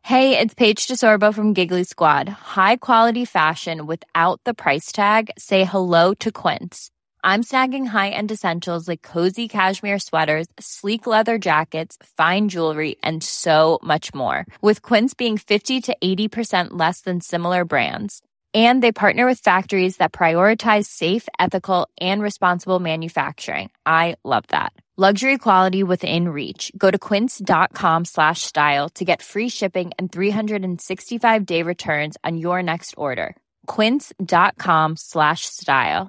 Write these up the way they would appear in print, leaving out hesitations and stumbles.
Hey, it's Paige DeSorbo from Giggly Squad. High quality fashion without the price tag. Say hello to Quince. I'm snagging high-end essentials like cozy cashmere sweaters, sleek leather jackets, fine jewelry, and so much more. With Quince being 50 to 80% less than similar brands. And they partner with factories that prioritize safe, ethical, and responsible manufacturing. I love that. Luxury quality within reach. Go to quince.com/style to get free shipping and 365-day returns on your next order. Quince.com/style.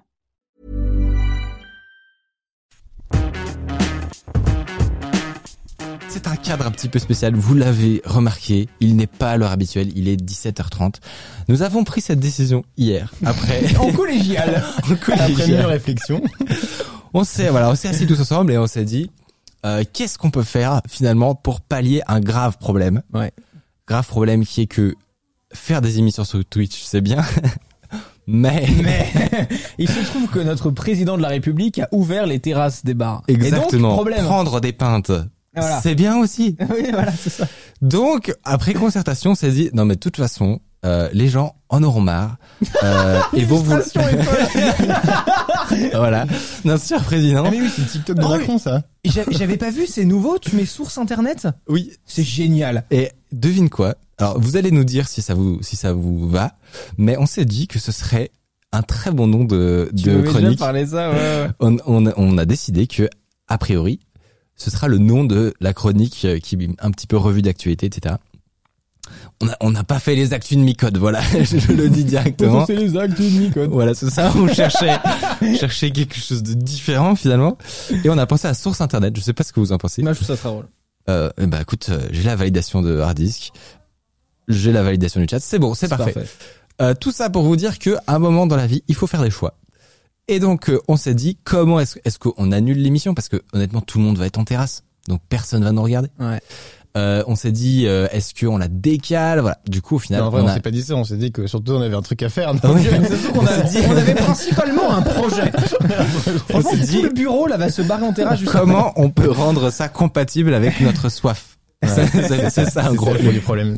C'est un cadre un petit peu spécial, vous l'avez remarqué, il n'est pas à l'heure habituelle, il est 17h30. Nous avons pris cette décision hier, après... en collégial. Après une réflexion. On s'est assis tous ensemble et on s'est dit, qu'est-ce qu'on peut faire finalement pour pallier un grave problème. Ouais. Grave problème qui est que faire des émissions sur Twitch, c'est bien... Mais il se trouve que notre président de la République a ouvert les terrasses des bars. Exactement. Et donc, problème. Prendre des pintes, voilà. C'est bien aussi. Oui, voilà, c'est ça. Donc, après concertation, on s'est dit, non mais de toute façon, les gens en auront marre. Et vont vous... Voilà. Notre cher président. Ah mais oui, c'est le TikTok de Macron, ça. J'avais pas vu, c'est nouveau, tu mets source internet? Oui. C'est génial. Et devine quoi? Alors, vous allez nous dire si ça vous va, mais on s'est dit que ce serait un très bon nom de chronique. Déjà parlé ça, ouais. On a décidé que, a priori, ce sera le nom de la chronique qui est un petit peu revue d'actualité, etc. On n'a pas fait les actus de Micode, voilà, je le dis directement. C'est les actus de Micode. Voilà, c'est ça, on cherchait quelque chose de différent finalement. Et on a pensé à source internet, je sais pas ce que vous en pensez. Moi, je trouve ça très drôle. Écoute, j'ai la validation de hard disk. J'ai la validation du chat, c'est bon, c'est parfait. Tout ça pour vous dire que à un moment dans la vie, il faut faire des choix. Et donc on s'est dit comment est-ce qu'on annule l'émission parce que honnêtement tout le monde va être en terrasse, donc personne va nous regarder. Ouais. On s'est dit est-ce qu'on la décale, voilà. Du coup au final en vrai, on s'est pas dit ça, on s'est dit que surtout on avait un truc à faire. Donc oui. Surtout qu'on on avait principalement un projet. On s'est dit tout le bureau là va se barrer en terrasse. Comment on peut rendre ça compatible avec notre soif. Ouais. C'est ça un gros problème.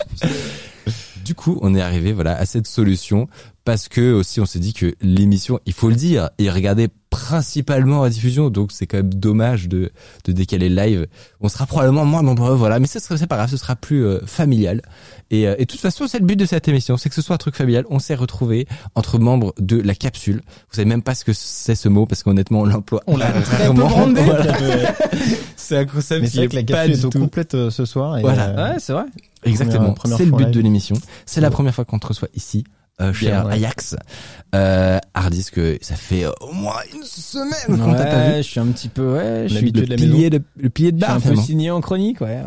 Du coup, on est arrivé à cette solution parce que aussi on s'est dit que l'émission, il faut le dire, est regardée principalement à diffusion, donc c'est quand même dommage de décaler le live. On sera probablement moins nombreux, voilà, mais c'est pas grave, ce sera plus familial. Et de toute façon, c'est le but de cette émission, c'est que ce soit un truc familial. On s'est retrouvés entre membres de la capsule. Vous savez même pas ce que c'est ce mot parce qu'honnêtement, on l'emploie. On l'a très peu brandé. Voilà. C'est un concept qui est que la pas capsule du est tout complète ce soir. Et ouais, c'est vrai. Exactement. Première c'est le fois but live. de l'émission. C'est la première fois qu'on te reçoit ici. Cher ouais. Ajax, Hardis, que ça fait au moins une semaine qu'on t'a pas vu. Je suis un petit peu, je suis Le pilier de bar. Je suis un peu signé en chronique, ouais.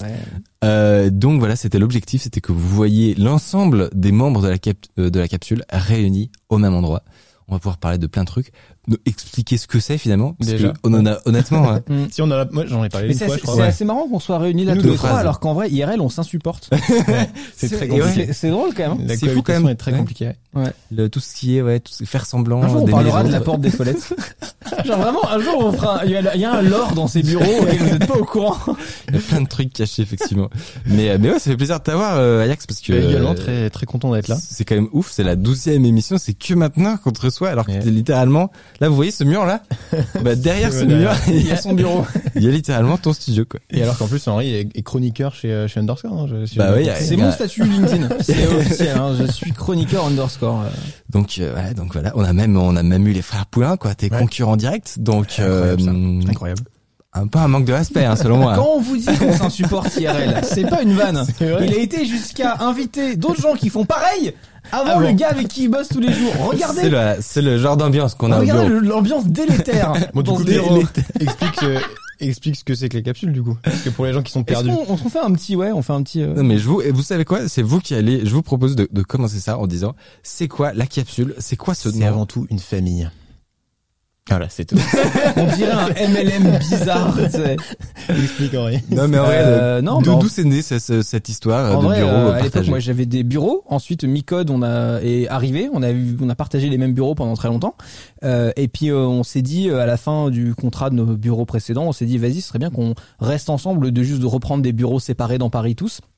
Donc voilà, c'était l'objectif, c'était que vous voyiez l'ensemble des membres de la capsule réunis au même endroit. On va pouvoir parler de plein de trucs, nous expliquer ce que c'est finalement, parce déjà. que on en a honnêtement. Si on a, moi j'en ai parlé une fois, je crois. C'est assez marrant qu'on soit réunis là Nous tous deux les trois, phrases. alors qu'en vrai IRL on s'insupporte. C'est très compliqué. C'est drôle quand même. La C'est fou quand cohabitation même. est très compliquée. Tout ce qui est faire semblant. Un jour on des parlera de maisons. la porte des toilettes. Genre vraiment un jour on fera. Il y a un lore dans ces bureaux et vous n'êtes pas au courant. Il y a plein de trucs cachés effectivement. Mais ouais, ça fait plaisir de t'avoir Ajax parce que Également très très content d'être là. c'est quand même ouf, c'est la 12e émission, c'est que maintenant qu'on te reçoit alors que t'es littéralement là, vous voyez ce mur là, derrière ce mur Il y a son bureau. il y a littéralement ton studio quoi. Et alors qu'en plus Henri est chroniqueur chez Underscore, non Oui, C'est mon statut LinkedIn. C'est officiel. Je suis chroniqueur underscore. donc voilà, on a même eu les frères Poulain quoi, t'es concurrent direct, donc Incroyable. un peu un manque de respect selon moi. Quand on vous dit qu'on s'insupporte IRL, c'est pas une vanne. Il a été jusqu'à inviter d'autres gens qui font pareil avant le gars avec qui il bosse tous les jours. Regardez. C'est le genre d'ambiance qu'on a au bureau. Regardez l'ambiance délétère. Bon, du dans coup, ce bureau. explique ce que c'est que les capsules du coup. Parce que pour les gens qui sont perdus. On fait un petit Non mais vous savez quoi, c'est vous qui allez, je vous propose de commencer ça en disant c'est quoi la capsule, c'est quoi ce nom. C'est avant tout une famille. Voilà, c'est tout. On dirait un MLM bizarre, tu sais. Explique Henri. Non mais en vrai, d'où c'est né cette histoire en de vrai, bureau à l'époque, partagé. moi j'avais des bureaux. Ensuite, Micode, est arrivé. On a partagé les mêmes bureaux pendant très longtemps. Et puis on s'est dit à la fin du contrat de nos bureaux précédents, on s'est dit vas-y, ce serait bien qu'on reste ensemble, de juste de reprendre des bureaux séparés dans Paris tous.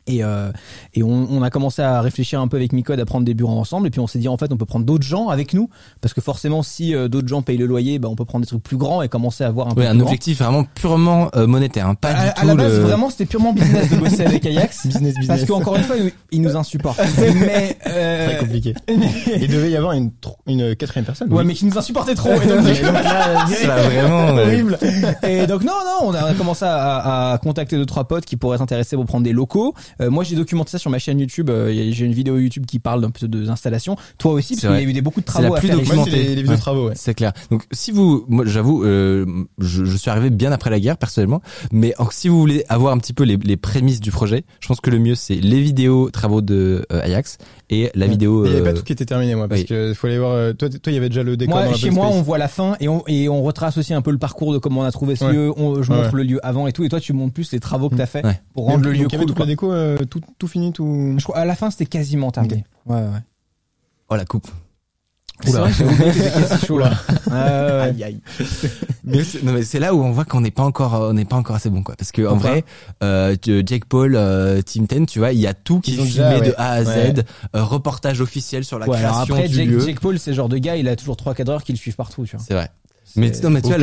Et on a commencé à réfléchir un peu avec Micode à prendre des bureaux ensemble, et puis on s'est dit en fait on peut prendre d'autres gens avec nous, parce que forcément si d'autres gens payent le loyer, on peut prendre des trucs plus grands et commencer à avoir un peu un objectif vraiment purement monétaire, hein, pas du tout. À la base vraiment c'était purement business de bosser avec Ajax, business. parce qu'encore une fois il nous insupporte. Mais très compliqué. Il devait y avoir une quatrième personne. Ouais, mais qui nous insupportait trop. Et donc là, c'est vraiment horrible. Et donc non, on a commencé à contacter 2-3 potes qui pourraient s'intéresser pour prendre des locaux. Moi j'ai documenté ça sur ma chaîne YouTube, j'ai une vidéo YouTube qui parle d'un peu d'installation. Toi aussi, parce qu'il y a eu beaucoup de travaux à faire. Moi, c'est les vidéos de travaux, ouais. C'est clair. Donc si moi j'avoue, je suis arrivé bien après la guerre personnellement, mais si vous voulez avoir un petit peu les prémices du projet, je pense que le mieux c'est les vidéos travaux de Ajax et la vidéo. Il y avait pas tout qui était terminé, moi, parce que faut aller voir. Toi, il y avait déjà le décor. Moi, dans la chez moi, on voit la fin et on retrace aussi un peu le parcours de comment on a trouvé ce lieu. Je montre le lieu avant et tout, et toi tu montres plus les travaux que t'as fait pour rendre le lieu cool. Toute la déco, tout fini, tout. Je crois à la fin c'était quasiment terminé. Okay. Ouais. Oh la coupe. Oula, j'ai oublié que c'était quasi chaud là. Aïe. Mais c'est là où on voit qu'on n'est pas encore assez bon, quoi. Parce que en vrai, Jake Paul, Team 10, tu vois, il y a tout qui est filmé de A à Z, reportage officiel sur la création après, du lieu. Jake Paul, c'est le genre de gars, il a toujours 3 cadreurs qui le suivent partout, tu vois. C'est vrai. Mais tu vois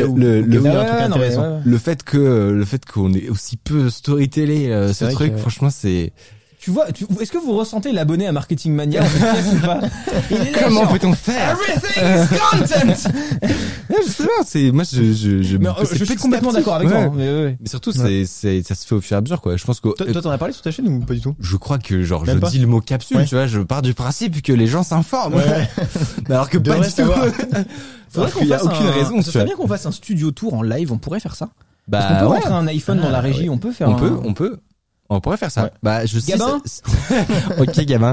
le fait qu'on ait aussi peu storytellé ce truc, franchement, c'est. Tu vois, est-ce que vous ressentez l'abonné à Marketing Mania ou pas? Comment peut-on faire? Everything is content. Justement, moi je suis complètement d'accord avec toi. Mais surtout ça se fait au fur et à mesure, quoi. Je pense que toi t'en as parlé sur ta chaîne ou pas du tout? Je crois que je dis le mot capsule, tu vois, je pars du principe que les gens s'informent. Alors que pas du tout. Faudrait qu'on fasse aucune raison. Ce serait bien qu'on fasse un studio tour en live, on pourrait faire ça. Parce qu'on peut rentrer un iPhone dans la régie, on peut faire on pourrait faire ça. Ouais. Bah, Gabin. Ok, Gabin.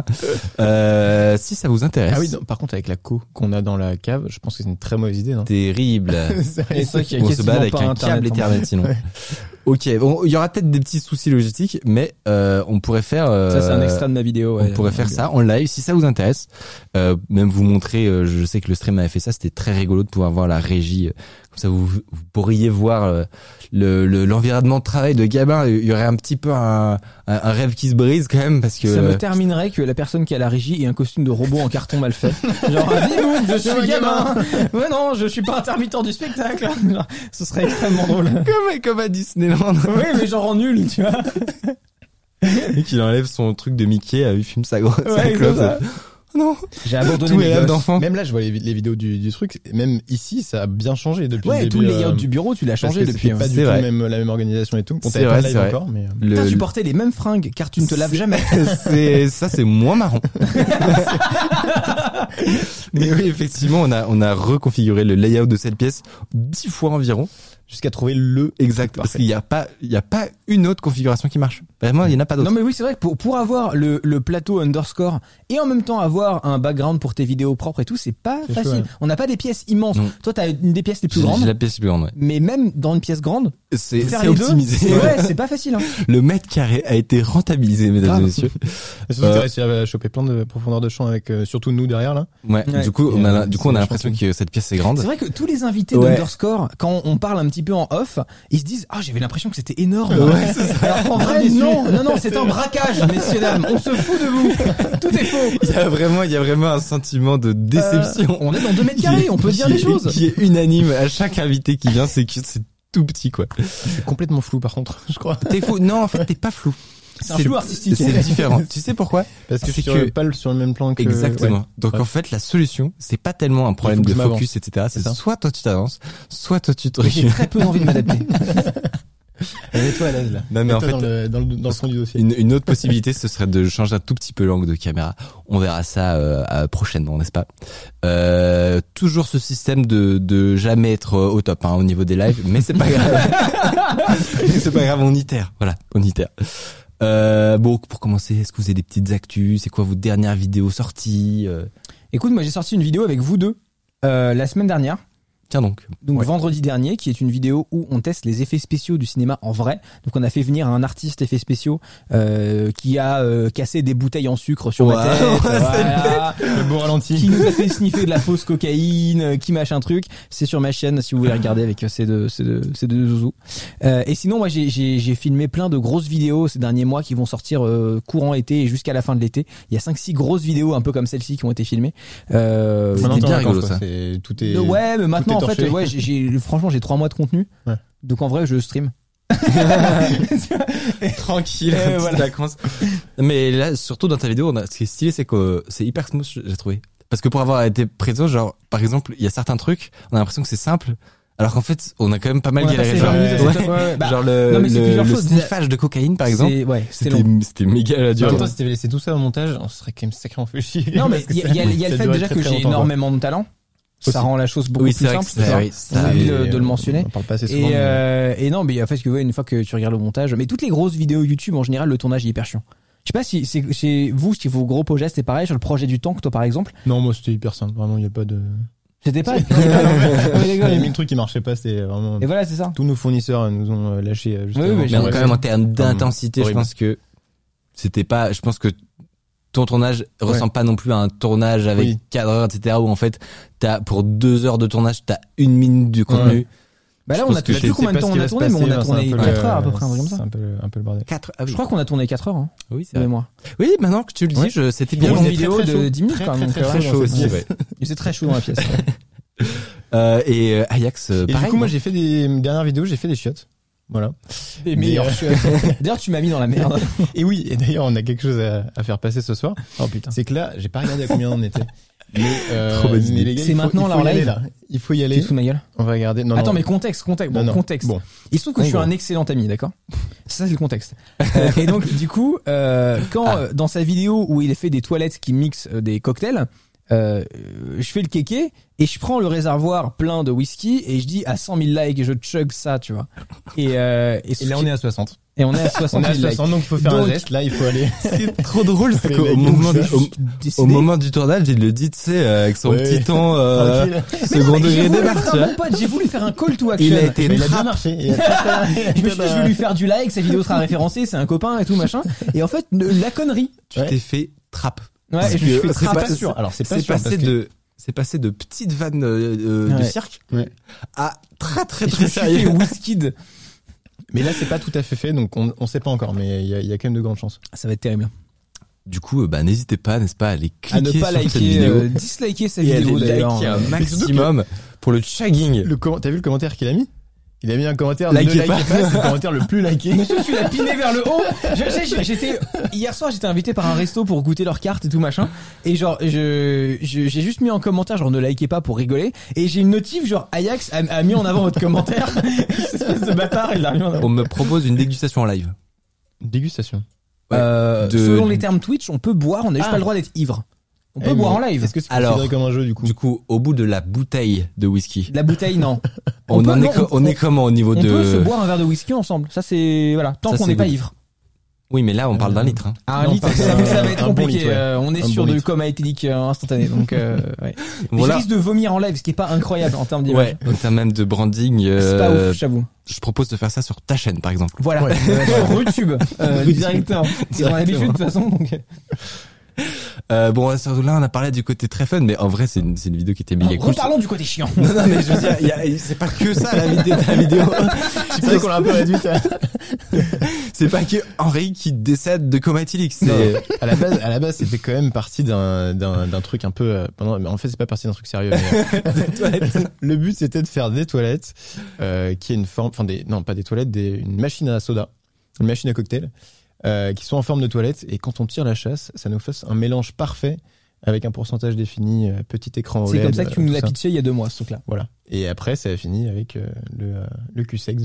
Si ça vous intéresse. Ah oui, par contre, avec la qu'on a dans la cave, je pense que c'est une très mauvaise idée, non? Terrible. C'est ça qui on se bat avec un câble Ethernet, sinon. Ouais. Ok, bon, il y aura peut-être des petits soucis logistiques, mais on pourrait faire. Ça, c'est un extra de ma vidéo. On pourrait faire ça en live si ça vous intéresse. Même vous montrer. Je sais que le stream avait fait ça. C'était très rigolo de pouvoir voir la régie. Comme ça, vous pourriez voir l'environnement de travail de Gabin. Il y aurait un petit peu un rêve qui se brise quand même, parce que ça me terminerait que la personne qui a la régie ait un costume de robot en carton mal fait. Genre, bim, je suis Gabin. Ouais, non, je suis pas intermittent du spectacle. Genre, ce serait extrêmement drôle. Comme à Disneyland. Oui, mais genre en nul, tu vois. Et qu'il enlève son truc de Mickey, il fume sa clope. Non. J'ai abandonné tous les rêves d'enfants. Même là, je vois les vidéos du truc. Même ici, ça a bien changé depuis le début. Tout le layout du bureau, tu l'as changé depuis. Pas du tout la même organisation et tout. On t'avait pas live encore, mais. Tu portais les mêmes fringues, car tu ne te laves jamais. C'est moins marrant. Mais oui, effectivement, on a reconfiguré le layout de cette pièce 10 fois environ. Jusqu'à trouver le exact, parce qu'il y a pas une autre configuration qui marche. Vraiment, il y en a pas d'autre. Non mais oui, c'est vrai que pour avoir le plateau underscore et en même temps avoir un background pour tes vidéos propres et tout, c'est pas facile. Chaud, ouais. On n'a pas des pièces immenses. Non. Toi, t'as une des pièces les plus grandes. J'ai la pièce la plus grande, ouais. Mais même dans une pièce grande, c'est optimisé. C'est pas facile. Hein. Le mètre carré a été rentabilisé, mesdames et messieurs. Et surtout, t'as réussi à choper plein de profondeur de champ avec surtout nous derrière là. Ouais. Du coup, on a l'impression que cette pièce est grande. C'est vrai que tous les invités d'Underscore, quand on parle un petit peu en off, ils se disent j'avais l'impression que c'était énorme. Ouais, c'est ça. Alors en vrai non, c'est un braquage, messieurs dames. On se fout de vous. Tout est faux. Il y a vraiment un sentiment de déception. On est dans 2 mètres carrés, on peut dire les choses. Qui est unanime à chaque invité qui vient, c'est que c'est tout petit, quoi. Je suis complètement flou par contre, je crois. T'es fou? Non, en fait, t'es pas flou. C'est un flou artistique. C'est différent. Tu sais pourquoi? Parce que je suis pas sur le même plan que... Exactement. Ouais. Donc en fait, la solution, c'est pas tellement un problème de focus, etc. C'est soit toi tu t'avances, soit toi tu te recules. J'ai très peu envie de m'adapter. Mets-toi à l'aise là. Non mais en fait, dans le fond du dossier. Une autre possibilité, ce serait de changer un tout petit peu l'angle de caméra. On verra ça prochainement, n'est-ce pas? Toujours ce système de jamais être au top au niveau des lives, mais c'est pas grave. C'est pas grave, on itère. Voilà, on itère. Bon, pour commencer, est-ce que vous avez des petites actus? C'est quoi vos dernières vidéos sorties? Écoute, moi j'ai sorti une vidéo avec vous deux la semaine dernière. Tiens donc. Donc vendredi dernier, qui est une vidéo où on teste les effets spéciaux du cinéma en vrai. Donc on a fait venir un artiste effets spéciaux qui a cassé des bouteilles en sucre sur ma tête, voilà. Le beau ralenti. Qui nous a fait sniffer de la fausse cocaïne, qui machin truc. C'est sur ma chaîne si vous voulez regarder avec ces deux zouzous. Et sinon moi j'ai filmé plein de grosses vidéos ces derniers mois qui vont sortir courant été et jusqu'à la fin de l'été. Il y a 5-6 grosses vidéos un peu comme celle-ci qui ont été filmées. C'était bien rigolo ça. Tout est. Ouais, mais maintenant en torché. fait, ouais, franchement j'ai 3 mois de contenu. Ouais. Donc en vrai je stream. Tranquille, petite voilà. vacances. Mais là, surtout dans ta vidéo, ce qui est stylé, c'est que c'est hyper smooth, j'ai trouvé. Parce que pour avoir été présent, genre, par exemple, il y a certains trucs, on a l'impression que c'est simple, alors qu'en fait, on a quand même pas mal galéré. Genre le sniffage de cocaïne, par exemple. C'était méga dur. En même temps, si t'avais laissé tout ça au montage, on serait quand même sacrément fait chier. Non, mais il y a le fait déjà que j'ai énormément de talent. Ça rend la chose beaucoup plus simple. C'est envie de le mentionner. On parle pas assez souvent. Et non, mais en fait, une fois que tu regardes le montage, mais toutes les grosses vidéos YouTube, en général, le tournage est hyper chiant. Je sais pas si c'est chez vous, si vos gros projets, c'était pareil sur le projet du tank, toi, par exemple. Non, moi, c'était hyper simple. Vraiment, il y a pas de. C'était pas. Il y a mis le truc qui marchait pas, c'était vraiment. Et voilà, c'est ça. Tous nos fournisseurs nous ont lâché. Oui, mais quand même en termes d'intensité, je pense que c'était pas. Je pense que ton tournage ressemble pas non plus à un tournage avec cadreur, etc. où en fait pour 2 heures de tournage t'as 1 minute du contenu. Ouais. Bah là on a plus combien de temps on a tourné, mais on a tourné 4 heures à peu près, un truc comme ça. C'est un peu le bordel. 4 Je crois qu'on a tourné 4 heures, hein. Oui, c'est vrai. Moi. Oui, maintenant que tu le dis, c'était bien une une vidéo de 10 minutes quand même. très chaud aussi, ouais. Et c'est très chaud dans la pièce. Et Ajax, Et pareil. du coup, moi, j'ai fait des dernières vidéos, j'ai fait des chiottes. Voilà. Les meilleurs chiottes. D'ailleurs, tu m'as mis dans la merde. Et oui, et d'ailleurs, on a quelque chose à faire passer ce soir. Oh putain. C'est que là, j'ai pas regardé à combien on était. Mais, Trop bonne idée. les gars, C'est maintenant, là, en live. Il faut y aller. Tu te fous de ma gueule. On va regarder. Non, Attends, non. mais contexte. Bon, Non. contexte. Bon. Il se trouve que je suis un excellent ami, d'accord? Ça, c'est le contexte. Et donc, du coup, quand, dans sa vidéo où il a fait des toilettes qui mixent des cocktails, je fais le kéké et je prends le réservoir plein de whisky et je dis à 100 000 likes, je chug ça, tu vois. Et là, on est à 60. Et on est à 60 000 On est à 60, donc il faut faire un geste. Là, il faut aller. C'est trop drôle, c'est Les qu'au mecs, moment, décidé. au moment du tournage, il le dit, tu sais, avec son Ouais. petit ton, Tranquille. second degré débarque, tu vois. Mon pote, j'ai voulu faire un call to action. Il a été Mais il a bien trappe. marché. Je me suis dit, je vais lui faire du like, sa vidéo sera référencée, c'est un copain et tout machin. Et en fait, la connerie. Tu t'es fait trappe. Ouais, Parce et je me suis que fait c'est trappe. pas sûr. Alors, c'est pas C'est sûr. passé parce que- c'est passé de petites vannes de Ouais. cirque Ouais. à très très Et je très me suis fait sérieux. whisky. Mais là, c'est pas tout à fait fait, donc on sait pas encore, mais il y a quand même de grandes chances. Ça va être terrible. Du coup, n'hésitez pas, n'est-ce pas, à aller À ne cliquer pas sur cette liker, vidéo disliker cette et à vidéo aller d'ailleurs. liker un Mais surtout maximum pour le chugging. T'as vu le commentaire qu'il a mis? Il a mis un commentaire Likez ne likez pas. pas, c'est le commentaire le plus liké. Monsieur, tu l'as piné vers le haut. Hier soir, j'étais invité par un resto pour goûter leurs cartes et tout machin. Et genre, j'ai juste mis en commentaire, genre, ne likez pas pour rigoler. Et j'ai une notif, genre, Ajax a mis en avant votre commentaire. Cette espèce de bâtard, il l'a mis en avant. On me propose une dégustation en live. Dégustation. Selon les termes Twitch, on peut boire, on n'a juste pas le droit d'être ivre. On peut boire en live. Est-ce que c'est Alors, considéré comme un jeu du coup? Du coup, au bout de la bouteille de whisky, La bouteille, non. on peut- est comment au niveau On de... peut se boire un verre de whisky ensemble. Ça, c'est, voilà. Tant Ça, qu'on c'est n'est pas good. ivre. Oui, mais là, on parle d'un litre. Hein. Ah, un Non, litre, pas ça un- va être un bon compliqué. litre, ouais. On est Un sur bon du litre. coma éthylique instantané. Donc, ouais. Mais Voilà. je risque de vomir en live, ce qui est pas incroyable en termes d'image. Ouais, en termes même de branding, C'est pas ouf, j'avoue. je propose de faire ça sur ta chaîne, par exemple. Voilà. Sur YouTube, directement. Ils ont l'habitude de toute façon. Donc... Bon, surtout là, on a parlé du côté très fun, mais en vrai, c'est une vidéo qui était méga cool. Reparlons du côté chiant. Non, mais je veux dire, c'est pas que ça, la vidéo. C'est vrai qu'on l'a un peu réduite. C'est pas que Henri qui décède de coma éthylique, c'est... À la base, c'était quand même parti d'un truc un peu. Mais en fait, c'est pas parti d'un truc sérieux. Mais, le but, c'était de faire des toilettes qui aient une forme, enfin non, pas des toilettes, une machine à soda, une machine à cocktail, qui sont en forme de toilette. Et quand on tire la chasse, ça nous fait un mélange parfait avec un pourcentage défini, petit écran OLED. C'est comme ça que tu nous tout l'as ça. pitché il y a 2 mois, ce truc-là. Voilà. Et après, ça a fini avec le cul-sex.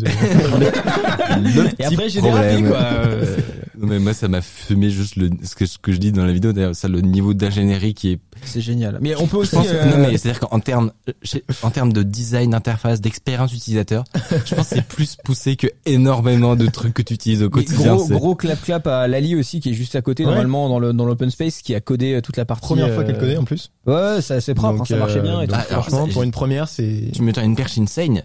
Et après, j'ai dérapé, quoi. Non, mais moi, ça m'a fumé juste ce que je dis dans la vidéo, d'ailleurs, ça, le niveau d'ingénierie qui est... C'est génial. Mais on peut aussi... Je pense, non, mais c'est-à-dire qu'en termes de design, d'interface, d'expérience utilisateur, je pense que c'est plus poussé que énormément de trucs que tu utilises au Mais quotidien. gros clap à Lali aussi, qui est juste à côté, Ouais. normalement, dans l'open space, qui a codé toute la partie. Première fois qu'elle codait en plus. Ouais, ça c'est propre, Donc, hein, ça marchait bien. Et tout. donc, alors, franchement, ça, pour une première, c'est tu me tends une perche insane.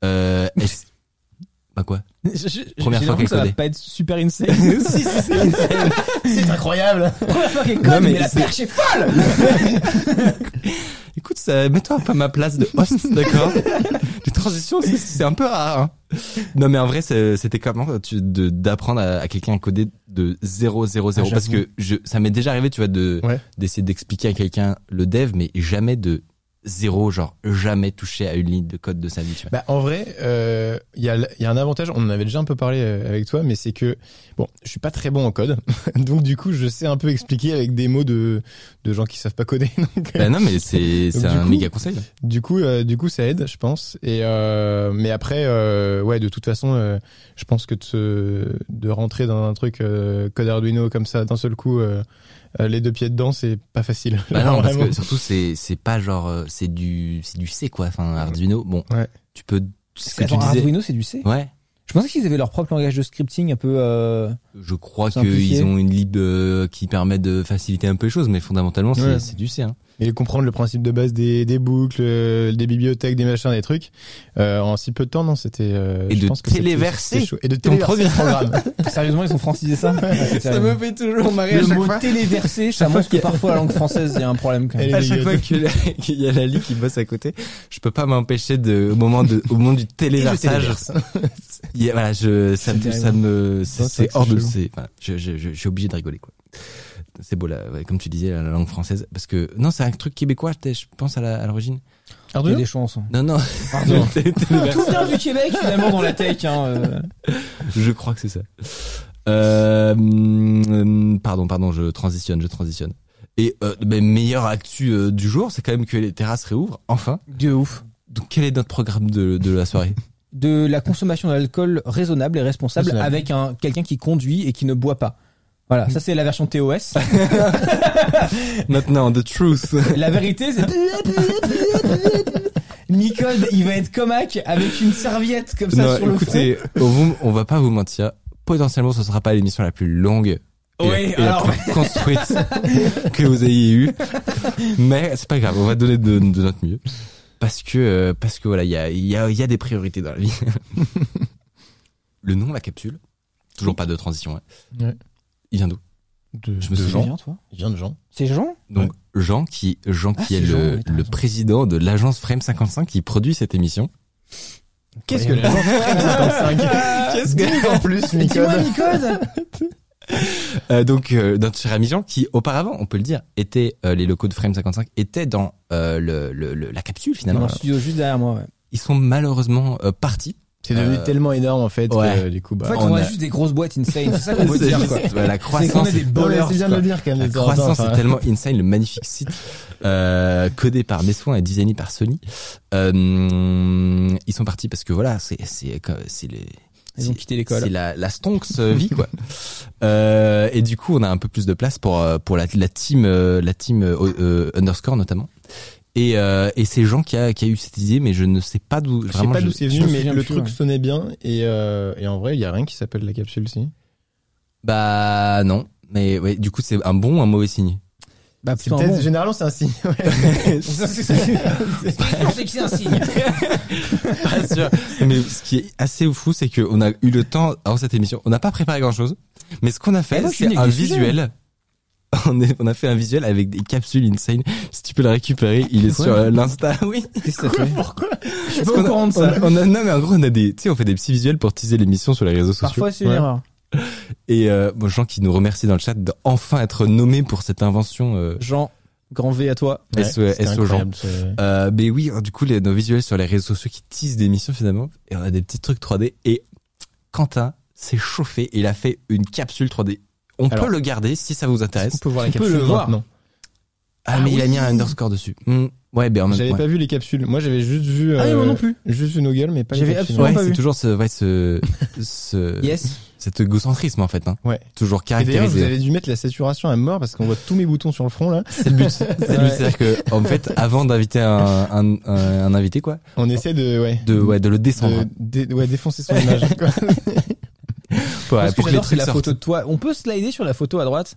Bah quoi? Première fois qu'elle ça va codait. pas être super insane. Si, c'est insane. C'est incroyable. Première fois qu'elle Non, code, mais mais la c'est- perche est folle. Écoute, mets-toi un peu à ma place de host, d'accord? Les transitions, c'est un peu rare, hein. Non, mais en vrai, c'était comment d'apprendre à quelqu'un à coder de 0, 0, 0, parce que ça m'est déjà arrivé, tu vois, d'essayer d'expliquer à quelqu'un le dev, mais jamais de 0, genre jamais touché à une ligne de code de sa vie, tu vois. Bah, en vrai, il y a un avantage, on en avait déjà un peu parlé avec toi, mais c'est que, bon, je suis pas très bon en code, donc du coup, je sais un peu expliquer avec des mots de gens qui savent pas coder. Donc, Bah non, mais c'est un méga conseil. Du coup, ça aide, je pense. Et mais après, ouais, de toute façon, je pense que de rentrer dans un truc code Arduino comme ça d'un seul coup, les deux pieds dedans, c'est pas facile. Bah non, parce Vraiment. que surtout c'est pas genre c'est du C quoi. Enfin Arduino, bon, Ouais. tu peux ce que tu Attends, disais. Arduino, c'est du C. Ouais. Je pensais qu'ils avaient leur propre langage de scripting un peu. Je crois Simplifié. qu'ils ont une lib qui permet de faciliter un peu les choses, mais fondamentalement Ouais. c'est du C. Hein. Et comprendre le principe de base des boucles, des bibliothèques, des machins, des trucs, en si peu de temps, non, c'était. Et je de pense que c'était téléverser chaud. Et de ton téléverser le programme. Sérieusement, ils ont francisé ça. Ça me fait toujours marrer Le mot téléversé, ça montre que parfois la langue française, il y a un problème quand même. Elle est À chaque fois dégueulasse. qu'il y a Lali qui bosse à côté, je peux pas m'empêcher au moment du téléversage. Voilà, c'est hors de, voilà, je suis obligé de rigoler, quoi. C'est beau, là, ouais, comme tu disais, la langue française, parce que, non, c'est un truc québécois, je pense, à l'origine. Il y a des chances. Non. Pardon. Téléversage. Tout vient du Québec finalement dans la tech. Je crois que c'est ça. Pardon, je transitionne. Et meilleure actu du jour, c'est quand même que les terrasses réouvrent, enfin. De ouf. Donc quel est notre programme de la soirée? De la consommation d'alcool raisonnable et responsable avec quelqu'un qui conduit et qui ne boit pas. Voilà, ça c'est la version TOS. Maintenant, the truth. La vérité c'est... Nicode, il va être comac avec une serviette comme ça Non, sur le écoutez, on va pas vous mentir. Potentiellement, ce sera pas l'émission la plus longue et la plus construite que vous ayez eue. Mais c'est pas grave, on va donner de notre mieux. Parce que voilà, il y a des priorités dans la vie. Le nom, la capsule. Toujours pas de transition, hein. Ouais. Il vient d'où? Je me souviens. Jean, toi. Il vient de Jean. C'est Jean? Donc, Jean qui est c'est Jean, ouais, t'as le raison. président de l'agence Frame 55 qui produit cette émission. Qu'est-ce que l'agence Frame 55? Qu'est-ce que en plus, Dis-moi Nicode? Nicode. Donc, notre cher ami Jean, qui auparavant, on peut le dire, était les locaux de Frame 55 étaient dans la capsule finalement. Dans le studio juste derrière moi, ouais. Ils sont malheureusement partis. C'est devenu tellement énorme en fait ouais. que du coup, bah. En fait, on on a a juste des grosses boîtes insane. C'est ça qu'on veut dire, quoi. Ouais, la C'est qu'on croissance, est des Ouais, ballers. c'est bien de le dire quand même. la de temps en croissance temps, est enfin. tellement insane, le magnifique site codé par Nessoin et designé par Sony. Ils sont partis parce que voilà, c'est les Ils ont quitté l'école. C'est la stonks vie quoi. Et du coup, on a un peu plus de place pour la team underscore notamment. Et c'est Jean qui a eu cette idée, mais je ne sais pas d'où. Je sais pas d'où c'est je venu, me mais souviens le plus, truc ouais. sonnait bien et en vrai, il y a rien qui s'appelle la capsule, si. Bah non, mais ouais, du coup c'est un bon ou un mauvais signe. Bah, C'est plutôt un peut-être, bon. généralement, c'est un signe. Ouais. C'est que c'est un signe. Pas sûr. Mais ce qui est assez fou, c'est qu'on a eu le temps avant cette émission. On n'a pas préparé grand chose, mais ce qu'on a fait, moi, je suis c'est né un avec des sujets. visuel. On a fait un visuel avec des capsules insane. Si tu peux le récupérer, il est Ouais. sur l'Insta. Oui. Qu'est-ce que ça fait? Pourquoi? Je suis pas au courant de ça. Non, mais en gros, on a tu sais, on fait des petits visuels pour teaser l'émission sur les réseaux sociaux. Parfois, c'est une Ouais. erreur. Et bon, Jean qui nous remercie dans le chat d'enfin être nommé pour cette invention. Jean, grand V à toi. Ouais, SO c'était Jean. incroyable, Mais oui, du coup, nos visuels sur les réseaux sociaux qui teasent des émissions finalement. Et on a des petits trucs 3D. Et Quentin s'est chauffé et il a fait une capsule 3D. On Alors, peut le garder si ça vous On intéresse. peut voir la On peut capsule le voir. maintenant. Ah, mais il a mis un underscore dessus. Ouais, ben en même J'avais temps. pas vu les capsules. Moi, j'avais juste vu. Ah oui, moi non plus. Juste vu nos gueules, mais pas les J'avais capsules. absolument Ouais, pas c'est vu. toujours ce Yes. cet égocentrisme en fait. Hein. Ouais. Toujours Et d'ailleurs, vous caractérisé. avez dû mettre la saturation à mort parce qu'on voit tous mes boutons sur le front là. C'est le but. C'est le but. C'est-à-dire que en fait, avant d'inviter un invité quoi, On essaie de de le descendre. défoncer son image. Quoi. Pour Ce que que les j'adore, c'est trucs la sortent. photo de toi. On peut slider sur la photo à droite.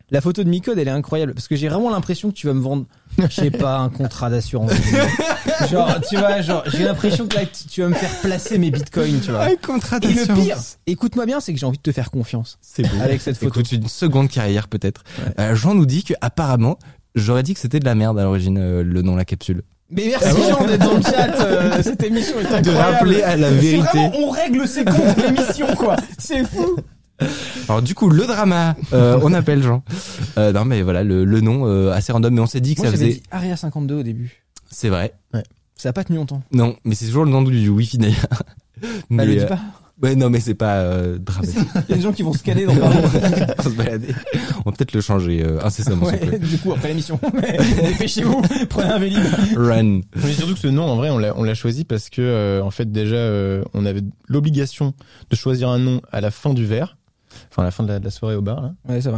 La photo de Micode, elle est incroyable parce que j'ai vraiment l'impression que tu vas me vendre, je sais pas, un contrat d'assurance. Genre, tu vois, j'ai l'impression que là, tu vas me faire placer mes bitcoins, tu vois. Un contrat Et d'assurance. le pire, écoute-moi bien, c'est que j'ai envie de te faire confiance. C'est beau. Avec cette photo. Écoute, une seconde carrière peut-être. Jean nous dit que apparemment, j'aurais dit que c'était de la merde à l'origine le nom la capsule. Mais merci Jean d'être dans le chat. Cette émission est incroyable. De rappeler à la vérité. C'est vraiment, on règle ses comptes l'émission, quoi. C'est fou. Alors du coup, le drama, on appelle Jean. Non mais voilà, le nom assez random, mais on s'est dit que Moi, ça j'avais faisait. dit Aria 52 au début. C'est vrai. Ça a pas tenu longtemps. Non, mais c'est toujours le nom du Wi-Fi d'ailleurs. Bah, le dis pas. Ouais, non, mais c'est pas dramatique. Il y a des gens qui vont se caler dans Paris. On se balader. On va peut-être le changer incessamment. s'il vous Ouais, plaît. du coup, après l'émission. Mais dépêchez-vous, prenez un Vélib. Run. Mais surtout que ce nom, en vrai, on l'a choisi parce que, en fait, déjà, on avait l'obligation de choisir un nom à la fin du verre. Enfin, à la fin de la soirée au bar, là. Ouais, c'est vrai.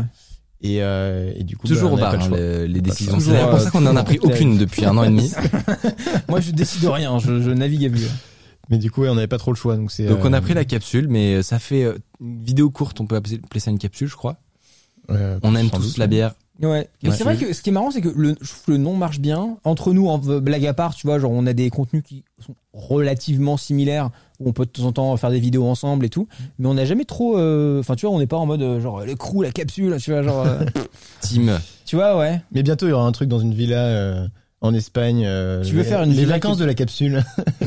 Et du coup, Toujours on au avait bar, pas le hein, choix. les décisions. Toujours, C'est pour ça qu'on en a pris aucune depuis 1 an et demi. Moi, je décide de rien, je navigue à vue. Mais du coup, ouais, on n'avait pas trop le choix. Donc, Donc on a pris la capsule, mais ça fait une vidéo courte, on peut appeler ça une capsule, je crois. On aime sans tous doute, la bière. Ouais. Et c'est vrai que ce qui est marrant, c'est que je trouve que le nom marche bien. Entre nous, en blague à part, tu vois, genre, on a des contenus qui sont relativement similaires, où on peut de temps en temps faire des vidéos ensemble et tout. Mais on n'a jamais trop, enfin, tu vois, on n'est pas en mode, genre, le crew, la capsule, tu vois, genre, Team. tu vois, ouais. Mais bientôt, il y aura un truc dans une villa en Espagne. Tu veux faire une les villa vacances de la capsule.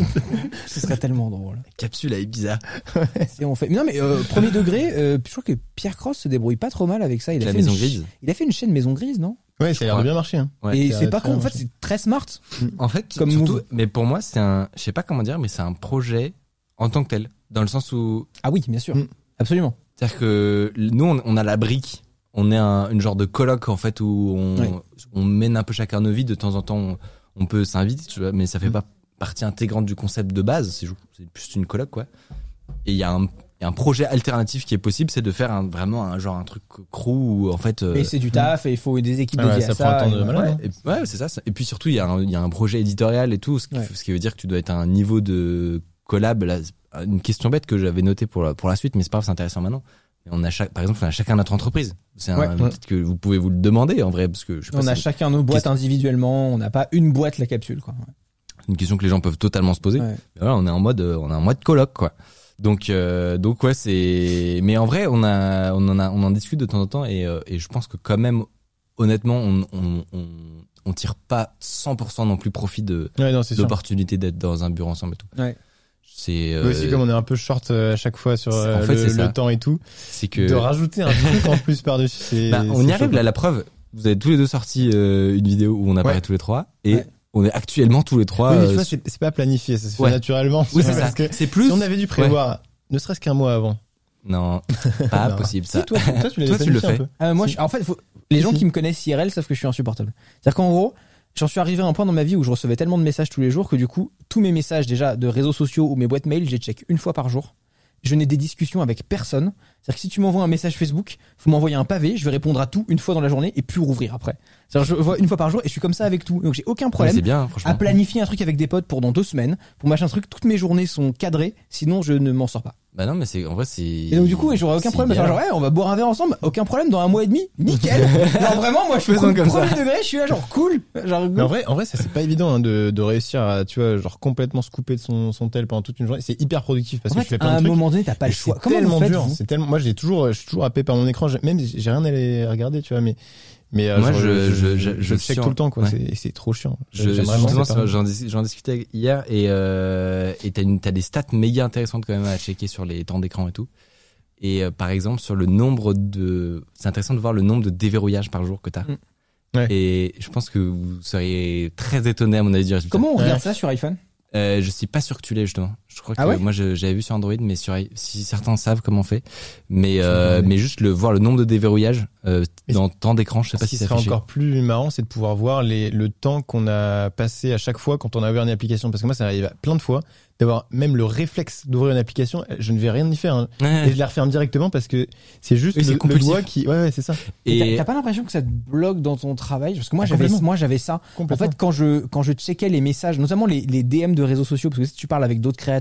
Ce serait tellement drôle. Capsule, elle est bizarre. Et on fait, non, mais, premier degré, je trouve que Pierre Cross se débrouille pas trop mal avec ça. La maison grise. Il a fait une chaîne Maison Grise, non? Ouais, ça a l'air de bien marcher. Hein. Ouais. Et ça c'est a pas très con, en bien fait, c'est très smart. En fait, Comme surtout, move. mais pour moi, c'est je sais pas comment dire, mais c'est un projet en tant que tel. Dans le sens où, Ah oui, bien sûr. Mm. Absolument. c'est-à-dire que nous, on a la brique. On est une genre de colloque, en fait, où on mène un peu chacun nos vies. De temps en temps, on peut s'inviter, tu vois, mais ça fait pas partie intégrante du concept de base. C'est plus une colloque, quoi. Et il y a un projet alternatif qui est possible, c'est de faire vraiment un truc crew où, en fait. Et c'est du taf et il faut des équipes Ah ouais, dédiées ça à prend ça. un temps de et malade, ouais. hein. Ouais, c'est ça. Et puis surtout, il y a un projet éditorial et tout, ce qui veut dire que tu dois être à un niveau de collab. Là, une question bête que j'avais notée pour la suite, mais c'est pas grave, c'est intéressant maintenant. Mais par exemple, on a chacun notre entreprise. C'est peut-être que vous pouvez vous le demander en vrai, parce que je sais pas On a si- chacun nos boîtes individuellement, on n'a pas une boîte la capsule, quoi. c'est une question que les gens peuvent totalement se poser. Ouais. Mais voilà, on est en mode colloque, quoi. Donc ouais, c'est. Mais en vrai, on en discute de temps en temps et je pense que quand même, honnêtement, on tire pas 100% non plus profit de Ouais, non, c'est sûr. l'opportunité d'être dans un bureau ensemble et tout. Ouais. C'est Mais aussi, comme on est un peu short à chaque fois sur en fait, c'est ça. le temps et tout, c'est que de rajouter un truc en plus par-dessus, c'est. on y c'est arrive chaud. là. La preuve, vous avez tous les deux sorti une vidéo où on apparaît Ouais. tous les trois et Ouais. on est actuellement tous les trois. Oui, mais tu vois, c'est pas planifié, ça se fait ouais. naturellement. Oui, c'est parce ça. que C'est plus. si on avait dû prévoir, ne serait-ce qu'un mois avant. Non, pas Non. possible Si, ça. toi, tu l'avais Toi, tu le planifié un fais. peu. Moi, Si. en fait, les gens Si. qui me connaissent IRL savent que je suis insupportable. C'est-à-dire qu'en gros, j'en suis arrivé à un point dans ma vie où je recevais tellement de messages tous les jours que du coup, tous mes messages déjà de réseaux sociaux ou mes boîtes mail, je les check une fois par jour. Je n'ai des discussions avec personne. C'est-à-dire que si tu m'envoies un message Facebook, faut m'envoyer un pavé, je vais répondre à tout une fois dans la journée et plus rouvrir après. C'est-à-dire je vois une fois par jour et je suis comme ça avec tout. Donc j'ai aucun Ouais, problème c'est bien, à franchement. planifier un truc avec des potes pour dans 2 semaines, pour machin truc. Toutes mes journées sont cadrées, sinon je ne m'en sors pas. Bah non, mais en vrai, c'est. Et donc du coup, j'aurais aucun c'est problème à faire idéal. genre, on va boire un verre ensemble, aucun problème dans 1 mois et demi, nickel. Genre vraiment, moi je suis Faisons comme premier ça. degré, je suis là genre cool, genre Mais en vrai, ça c'est pas évident hein, de réussir à, tu vois, genre complètement se couper de son tel pendant toute une journée. C'est hyper productif parce en que fait, je fais à plein un de trucs. moment donné, t'as pas le Et choix. c'est Comment tellement vous faites, dur. vous C'est tellement. Moi, je suis toujours happé par mon écran. Même j'ai rien à les regarder, tu vois. Mais Moi, genre, je je check suis tout le temps, quoi. ouais. C'est trop chiant. Justement, vraiment séparer. j'en discutais hier et t'as des stats méga intéressantes quand même à checker sur les temps d'écran et tout. Et par exemple, sur le nombre c'est intéressant de voir le nombre de déverrouillages par jour que t'as. Ouais. Et je pense que vous seriez très étonné à mon avis du résultat. Comment on Ouais. regarde ça sur iPhone? Je suis pas sûr que tu l'aies justement. Je crois que Ah ouais moi j'avais vu sur Android, mais si certains savent comment on fait, mais juste voir le nombre de déverrouillages dans temps d'écran, je sais pas Ce si qui ça serait affiché. encore plus marrant, c'est de pouvoir voir le temps qu'on a passé à chaque fois quand on a ouvert une application. Parce que moi, ça arrive plein de fois d'avoir même le réflexe d'ouvrir une application. Je ne vais rien y faire. Hein. Ouais. Et je la referme directement parce que c'est juste Oui, c'est le compulsif. doigt qui. Ouais, c'est ça. Et t'as pas l'impression que ça te bloque dans ton travail? Parce que moi, Ah, complètement. j'avais ça. En Complètement. fait, quand je checkais les messages, notamment les DM de réseaux sociaux, parce que si tu parles avec d'autres créateurs,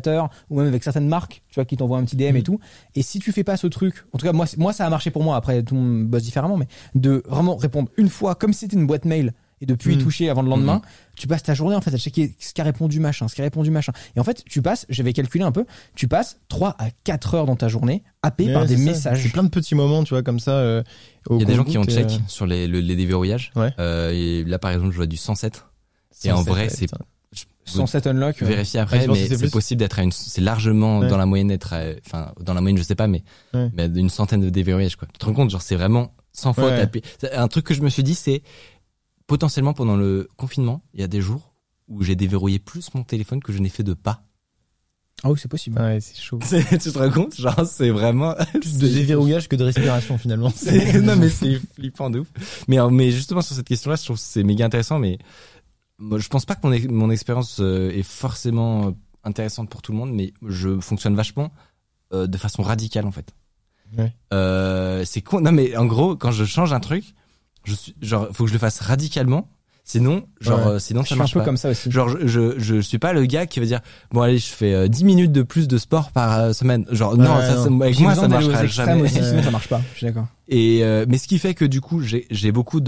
créateurs ou même avec certaines marques, tu vois, qui t'envoient un petit DM et tout. Et si tu fais pas ce truc, en tout cas moi ça a marché pour moi. Après tout le monde bosse différemment, mais de vraiment répondre une fois comme si c'était une boîte mail et de plus y toucher avant le lendemain, tu passes ta journée en fait à checker ce qui a répondu machin. Et en fait j'avais calculé un peu, tu passes 3 à 4 heures dans ta journée happé par des messages. C'est plein de petits moments, tu vois, comme ça. Il y a des gens qui ont check sur les déverrouillages. Ouais. Et là par exemple je vois du 107. Et en vrai c'est 107 unlock. Vérifier après, mais c'est possible d'être c'est largement dans la moyenne dans la moyenne je sais pas, mais d'une centaine de déverrouillages quoi. Tu te rends compte, genre c'est vraiment 100 fois tapé. Un truc que je me suis dit, c'est potentiellement pendant le confinement, il y a des jours où j'ai déverrouillé plus mon téléphone que je n'ai fait de pas. Ah oui, c'est possible. Ouais, c'est chaud. Tu te rends compte, genre c'est vraiment plus de déverrouillage que de respiration finalement. Non mais c'est flippant de ouf. Mais justement sur cette question-là, je trouve que c'est méga intéressant, mais moi, je pense pas que mon expérience est forcément intéressante pour tout le monde, mais je fonctionne vachement de façon radicale en fait. Ouais. C'est con. Non mais en gros, quand je change un truc, faut que je le fasse radicalement, sinon sinon ça marche pas. Je suis un peu comme ça aussi. Genre je suis pas le gars qui va dire bon allez je fais 10 minutes de plus de sport par semaine. Genre non, avec moi ça marchera jamais. Aussi, sinon ça marche pas. Je suis d'accord. Et mais ce qui fait que du coup j'ai beaucoup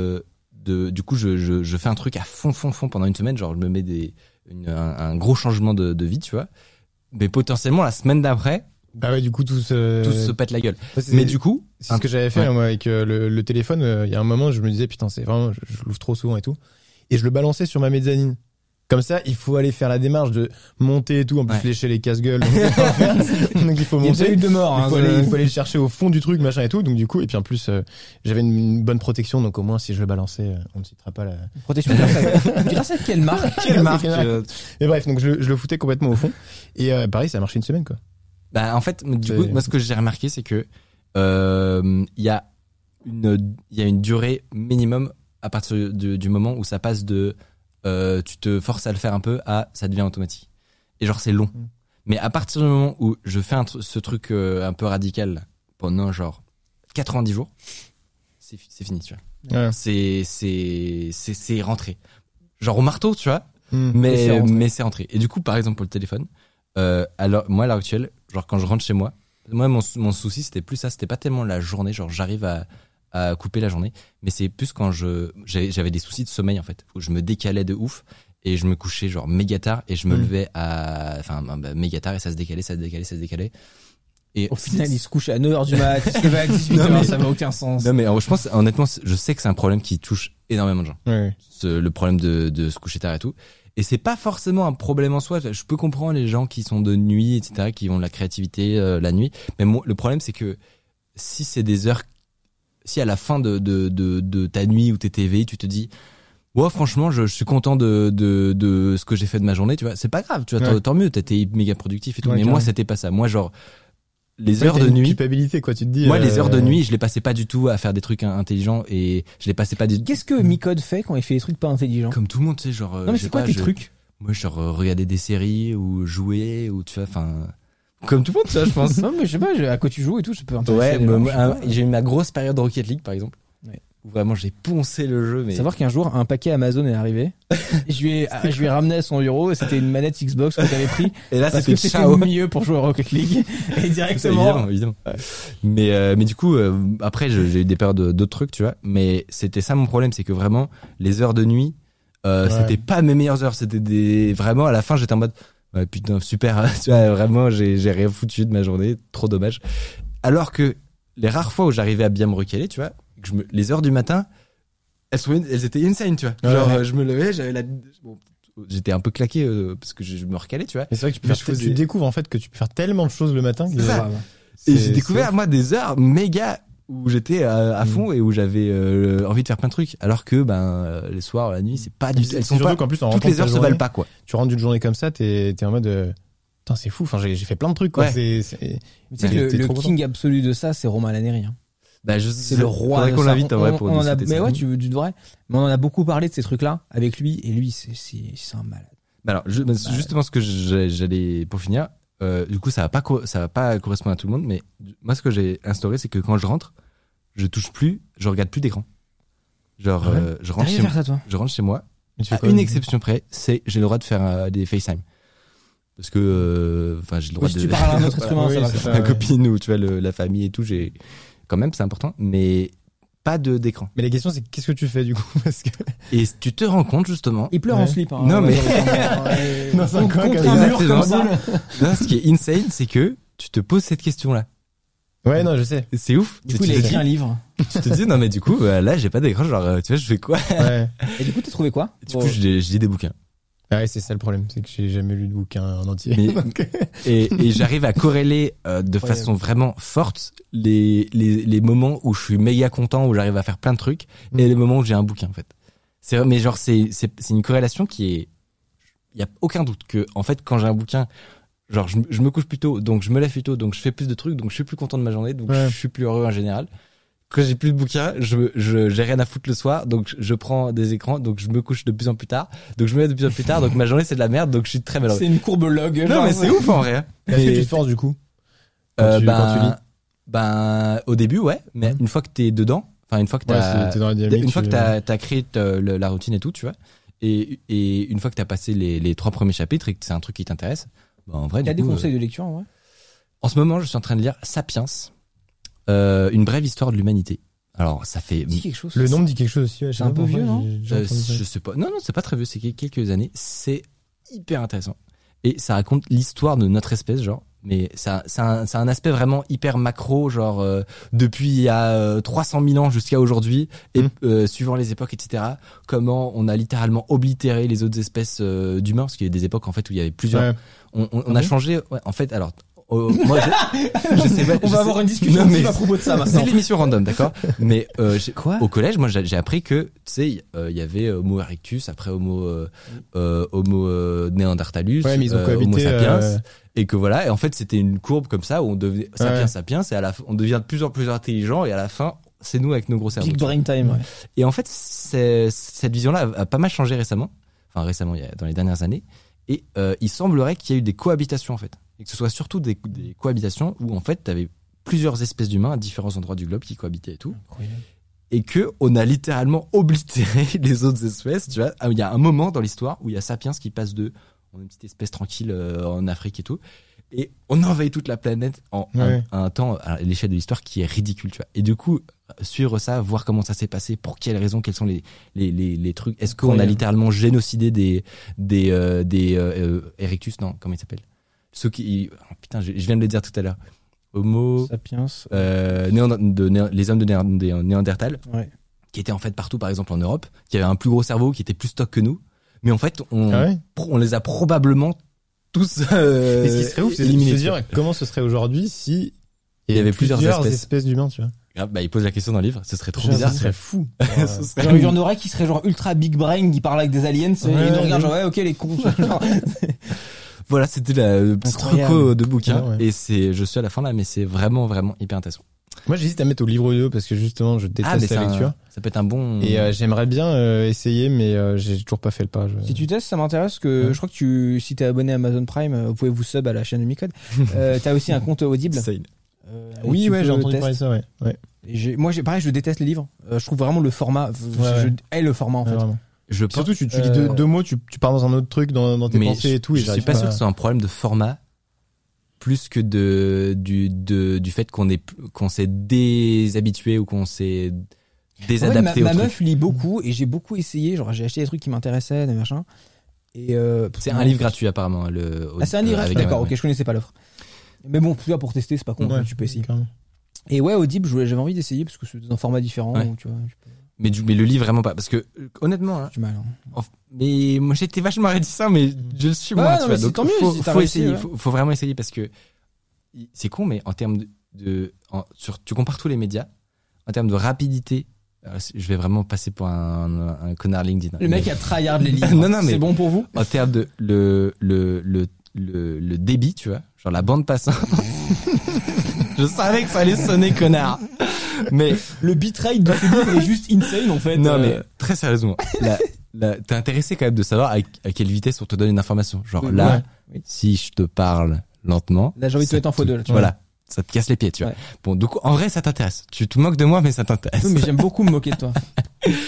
du coup je fais un truc à fond pendant une semaine, genre je me mets un gros changement de vie, tu vois. Mais potentiellement la semaine d'après, bah ouais, du coup tout se pète la gueule. Mais du coup, c'est ce que j'avais fait moi avec le téléphone. Il y a un moment, je me disais putain, c'est vraiment, je l'ouvre trop souvent et tout, et je le balançais sur ma mezzanine. Comme ça, il faut aller faire la démarche de monter et tout. En plus, lécher les casse-gueules. Donc il faut monter. Il y a déjà eu de mort. Il faut aller chercher au fond du truc, machin et tout. Donc du coup, et puis en plus, j'avais une bonne protection. Donc au moins, si je le balançais, on ne citera pas la protection. Grâce à quelle marque? Mais bref, donc je le foutais complètement au fond. Et pareil, ça a marché une semaine, quoi. Bah en fait, du coup, moi ce que j'ai remarqué, c'est que il y a une durée minimum à partir du moment où ça passe de tu te forces à le faire un peu ça devient automatique. Et genre c'est long. Mais à partir du moment où je fais ce truc un peu radical là, pendant genre 90 jours, c'est fini, tu vois. Ouais. C'est rentré. Genre au marteau, tu vois. Mais c'est rentré. Et du coup, par exemple pour le téléphone, alors moi à l'heure actuelle, genre quand je rentre chez moi, mon souci c'était plus ça, c'était pas tellement la journée, genre j'arrive à couper la journée, mais c'est plus quand j'avais des soucis de sommeil en fait, où je me décalais de ouf et je me couchais genre méga tard et je me levais méga tard et ça se décalait. Et au final, il se couche à 9h du mat, il se levait à 18h, ça n'a aucun sens. Non mais je pense honnêtement, je sais que c'est un problème qui touche énormément de gens. Ouais. Le problème de se coucher tard et tout. Et c'est pas forcément un problème en soi. Je peux comprendre les gens qui sont de nuit, etc., qui ont de la créativité la nuit. Mais le problème, c'est que si c'est des heures, si à la fin de ta nuit où t'étais éveillé, tu te dis, ouais, franchement, je suis content de ce que j'ai fait de ma journée, tu vois, c'est pas grave, tu vois, tant mieux, t'étais méga productif et tout. Mais moi, c'était pas ça. Moi, genre, les heures de nuit. Culpabilité, quoi, tu te dis. Moi, les heures de nuit, je les passais pas du tout à faire des trucs intelligents et je les passais pas du tout. Qu'est-ce que Micode fait quand il fait des trucs pas intelligents? Comme tout le monde, tu sais, genre. Non, mais c'est quoi tes trucs? Moi, genre, regarder des séries ou jouer ou tu vois, enfin. Comme tout le monde, tu vois, je pense. Non, mais je sais pas, à quoi tu joues et tout, je peux intéresser. Ouais, j'ai eu ma grosse période de Rocket League, par exemple. Ouais. Où vraiment, j'ai poncé le jeu, mais. Savoir qu'un jour, un paquet Amazon est arrivé. je lui ai ramené à son bureau et c'était une manette Xbox que j'avais pris. Et là, c'était mieux pour jouer à Rocket League. Et directement. Évidemment. Ouais. Mais du coup, après, j'ai eu des périodes d'autres trucs, tu vois. Mais c'était ça mon problème, c'est que vraiment, les heures de nuit, c'était pas mes meilleures heures. C'était vraiment, à la fin, j'étais en mode, ouais, putain, super, tu vois, vraiment, j'ai rien foutu de ma journée, trop dommage. Alors que les rares fois où j'arrivais à bien me recaler, tu vois, les heures du matin, elles étaient insane, tu vois. Genre, je me levais, j'étais un peu claqué parce que je me recalais, tu vois. Et c'est vrai que tu découvres en fait que tu peux faire tellement de choses le matin. Et j'ai découvert, moi, des heures méga où j'étais à fond et où j'avais envie de faire plein de trucs, alors que les soirs, la nuit, c'est pas du tout. Elles sont pas. Qu'en plus, toutes les heures se valent pas, quoi. Tu rentres d'une journée comme ça, t'es en mode putain, c'est fou. Enfin, j'ai fait plein de trucs, quoi. Ouais. Tu sais que le king absolu de ça, c'est Romain Laneri. Hein. C'est le roi. Faudrait qu'on l'invite en vrai pour discuter ça. Mais ouais, tu devrais. Mais on en a beaucoup parlé de ces trucs-là avec lui, et lui, c'est un malade. Alors, justement, ce que j'allais pour finir. Du coup, ça va pas correspondre à tout le monde, mais moi, ce que j'ai instauré, c'est que quand je rentre, je regarde plus d'écran. Genre, je rentre chez moi. À une exception près, c'est j'ai le droit de faire des FaceTime. parce que j'ai le droit si de tu parles à un autre être humain, ça va. ma copine ou tu vois la famille et tout, j'ai quand même c'est important, mais pas d'écran. Mais la question c'est qu'est-ce que tu fais du coup parce que et tu te rends compte justement. Il pleure en slip. Hein, non mais dans un coin contre un mur comme ça. Non, ce qui est insane, c'est que tu te poses cette question-là. Ouais, non, je sais. C'est ouf. Du coup, il a écrit un livre. Tu te dis non mais du coup là j'ai pas d'écran, genre tu vois je fais quoi? Ouais. Et du coup, t'as trouvé quoi? Du coup, je lis des bouquins. Ouais, c'est ça le problème, c'est que j'ai jamais lu de bouquin en entier. Mais, et j'arrive à corréler de façon vraiment forte les moments où je suis méga content, où j'arrive à faire plein de trucs, et les moments où j'ai un bouquin en fait. Mais genre c'est une corrélation qui est, il y a aucun doute que en fait quand j'ai un bouquin, genre je me couche plus tôt, donc je me lève plus tôt, donc je fais plus de trucs, donc je suis plus content de ma journée, donc je suis plus heureux en général. Quand j'ai plus de bouquins, j'ai rien à foutre le soir, donc je prends des écrans, donc je me couche de plus en plus tard, donc je me lève de plus en plus tard, donc ma journée c'est de la merde, donc je suis très malheureux. C'est une courbe log. Non mais c'est ouf en vrai. Est-ce que tu te forces du coup quand tu lis? Au début ouais, mais une fois que t'es dedans, enfin une fois que t'as, t'es dans la dynamique, une fois que t'as créé la routine et tout, tu vois, et une fois que t'as passé les 3 premiers chapitres et que c'est un truc qui t'intéresse, en vrai. Il y a des conseils de lecture en vrai. En ce moment, je suis en train de lire Sapiens. Une brève histoire de l'humanité. Alors, ça fait. Dit quelque chose. Le nom me dit quelque chose aussi. Ouais, c'est un peu vieux, non? Je sais pas. Non, c'est pas très vieux. C'est quelques années. C'est hyper intéressant. Et ça raconte l'histoire de notre espèce, genre. Mais ça un aspect vraiment hyper macro, genre depuis il y a 300 000 ans jusqu'à aujourd'hui, et suivant les époques, etc. Comment on a littéralement oblitéré les autres espèces d'humains, parce qu'il y a des époques en fait où il y avait plusieurs. Ouais. On a changé. Ouais, en fait, alors. Moi, je sais pas. On va avoir une discussion à propos de ça maintenant. C'est l'émission random, d'accord? Mais quoi? Au collège, moi, j'ai appris que tu sais, il y avait Homo erectus, après Homo néandertalus, Homo sapiens, et que voilà. Et en fait, c'était une courbe comme ça où on devenait sapiens, et à la fin, on devient de plus en plus intelligent, et à la fin, c'est nous avec nos gros cerveaux. Big brain time. Ouais. Et en fait, cette vision-là a pas mal changé récemment. Enfin, récemment, dans les dernières années. Et il semblerait qu'il y a eu des cohabitations en fait. Et que ce soit surtout des cohabitations où en fait t'avais plusieurs espèces d'humains à différents endroits du globe qui cohabitaient et tout. Incroyable. Et que on a littéralement oblitéré les autres espèces, tu vois. Il y a un moment dans l'histoire où il y a Sapiens qui passe on est une petite espèce tranquille en Afrique et tout, et on envahit toute la planète en un temps à l'échelle de l'histoire qui est ridicule, tu vois. Et du coup, suivre ça, voir comment ça s'est passé, pour quelles raisons, quels sont les trucs. Est-ce qu'on a littéralement génocidé des Erectus, non, comment il s'appelle? Ceux qui, putain, je viens de le dire tout à l'heure. Homo sapiens, les hommes de Néandertal, qui étaient en fait partout, par exemple en Europe, qui avaient un plus gros cerveau, qui étaient plus stock que nous, mais en fait on les a probablement tous et ce qui serait ouf, c'est de se dire comment ce serait aujourd'hui si il y avait plusieurs espèces d'humains, tu vois. Bah, il pose la question dans le livre, ce serait trop bizarre, ce serait fou. Genre, il y en aurait qui seraient genre ultra big brain, qui parlent avec des aliens, et ils nous regardent genre ok les cons. Voilà, c'était le petit truc de bouquin, et je suis à la fin là, mais c'est vraiment vraiment hyper intéressant. Moi j'hésite à mettre au livre audio parce que justement je déteste la lecture. Ça peut être un bon. Et j'aimerais bien essayer, mais j'ai toujours pas fait le pas. Si tu testes, ça m'intéresse que je crois que si t'es abonné à Amazon Prime, vous pouvez vous sub à la chaîne de Micode. T'as aussi un compte Audible. Oui, j'ai entendu parler de ça, ouais. Moi, pareil, je déteste les livres. Je trouve vraiment le format. Je hais le format en fait. Vraiment. Surtout, tu lis deux mots, tu pars dans un autre truc, dans tes pensées et tout. Je suis pas sûr que ce soit un problème de format, plus que du fait qu'on s'est déshabitué ou qu'on s'est désadapté. Ma meuf lit beaucoup et j'ai beaucoup essayé. Genre, j'ai acheté des trucs qui m'intéressaient, des machins. Et c'est un livre gratuit apparemment. C'est un livre gratuit. D'accord. Ok, je connaissais pas l'offre. Mais bon, pour tester, c'est pas con. Tu peux essayer. Carrément. Et Audible, j'avais envie d'essayer parce que c'est un format différent. Où, tu vois. Mais le lis vraiment pas, parce que honnêtement, du mal. Mais moi j'étais vachement réticent, mais je le suis moi. Tu vois, donc tant mieux, faut essayer, faut vraiment essayer parce que c'est con, mais en termes tu compares tous les médias en termes de rapidité. Je vais vraiment passer pour un connard LinkedIn. Le mec a tryhard les livres. Non, mais c'est bon pour vous. En termes de le débit, tu vois, genre la bande passante. Je savais que ça allait sonner connard. Mais le bitrate de ce livre est juste insane en fait. Non mais très sérieusement, t'es intéressé quand même de savoir à quelle vitesse on te donne une information. Genre là, si je te parle lentement, là j'ai envie de te mettre en x2 là. Voilà, ça te casse les pieds, tu vois. Bon, donc en vrai ça t'intéresse. Tu te moques de moi, mais ça t'intéresse. Oui, mais j'aime beaucoup me moquer de toi.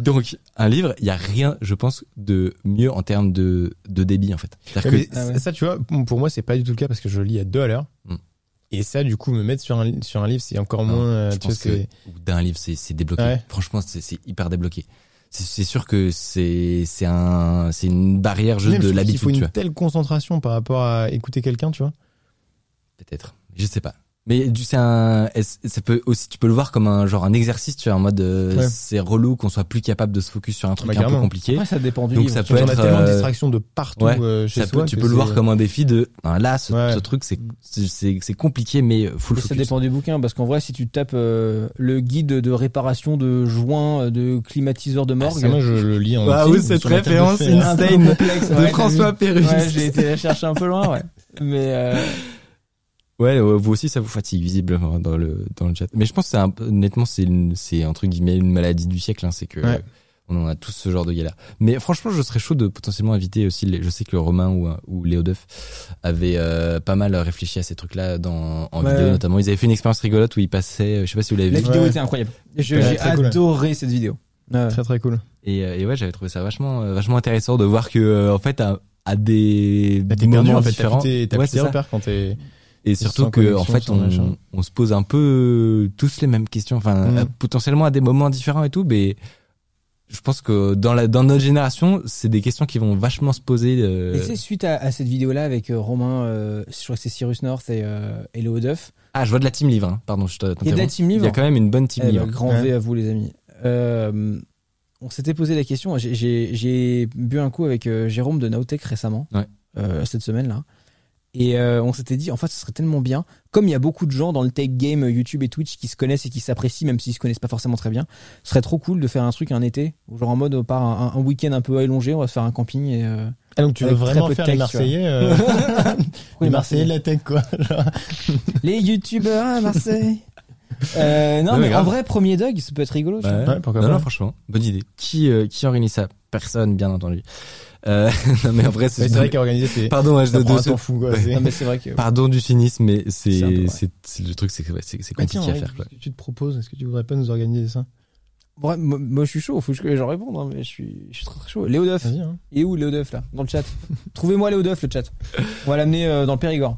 Donc, un livre, il y a rien, je pense, de mieux en termes de débit, en fait. Mais ça, tu vois, pour moi, c'est pas du tout le cas parce que je lis à 2 à l'heure. Et ça, du coup, me mettre sur un livre, c'est encore moins. Je pense que d'un livre, c'est débloqué. Ouais. Franchement, c'est hyper débloqué. C'est sûr que c'est une barrière juste de l'habitude. Il faut une telle concentration par rapport à écouter quelqu'un, tu vois. Peut-être, je sais pas. Mais ça peut aussi, tu peux le voir comme un exercice, tu vois, en mode c'est relou qu'on soit plus capable de se focus sur un truc un peu compliqué. Après, ça dépend du Donc livre. ça peut être. On a tellement de distractions de partout chez soi. Tu peux le voir comme un défi de là, ce truc c'est compliqué, mais full focus. Ça dépend du bouquin, parce qu'en vrai, si tu tapes le guide de réparation de joints de climatiseur de morgue. Moi, je le lis en. Ah oui, cette référence insane de François Pérusse. Ouais, j'ai été la chercher un peu loin, ouais. Mais ouais, vous aussi ça vous fatigue visiblement dans le chat. Mais je pense que honnêtement c'est entre guillemets une maladie du siècle, hein, c'est que on en a tous ce genre de galère. Mais franchement, je serais chaud de potentiellement inviter aussi je sais que Romain ou Léo Duff avaient pas mal réfléchi à ces trucs-là en vidéo notamment. Ils avaient fait une expérience rigolote où ils passaient, je sais pas si vous l'avez vu. La vidéo était incroyable. J'ai adoré cette vidéo. Très très cool. Et ouais, j'avais trouvé ça vachement intéressant de voir que en fait à des moments différents, t'as plus tes repères quand t'es. Et surtout que en fait on se pose un peu tous les mêmes questions, enfin potentiellement à des moments différents et tout, mais je pense que dans notre génération, c'est des questions qui vont vachement se poser. Et c'est suite à cette vidéo-là avec Romain, je crois que c'est Cyrus North et Léo Duff. Ah, je vois de la team livre, hein. Pardon, je t'interromps. Il y a de la team livre. Il y a quand même une bonne team livre. Grand V à vous les amis. On s'était posé la question. J'ai bu un coup avec Jérôme de Nowtech récemment, cette semaine-là. Et on s'était dit, en fait, ce serait tellement bien, comme il y a beaucoup de gens dans le tech game, YouTube et Twitch qui se connaissent et qui s'apprécient, même s'ils se connaissent pas forcément très bien, ce serait trop cool de faire un truc un été, genre en mode un week-end un peu allongé, on va se faire un camping et donc tu veux vraiment faire les Marseillais les Marseillais de la tech, quoi. Genre. Les YouTubeurs à Marseille. Non mais en vrai, premier Doug, ça peut être rigolo. Ouais, pourquoi pas. Non, franchement, bonne idée. Qui organise ça? Personne, bien entendu. Non mais en vrai c'est vrai qu'organiser c'est pardon t'en fous quoi. Non mais c'est vrai que pardon du cynisme, mais c'est le truc, c'est compliqué à faire quoi. Tu te proposes, est-ce que tu voudrais pas nous organiser ça? Ouais, moi je suis chaud, faut que j'en réponde, hein, mais je suis très très chaud. Léo Duff, il est où Léo Duff là dans le chat? Trouvez-moi Léo Duff, le chat. On va l'amener dans le Périgord.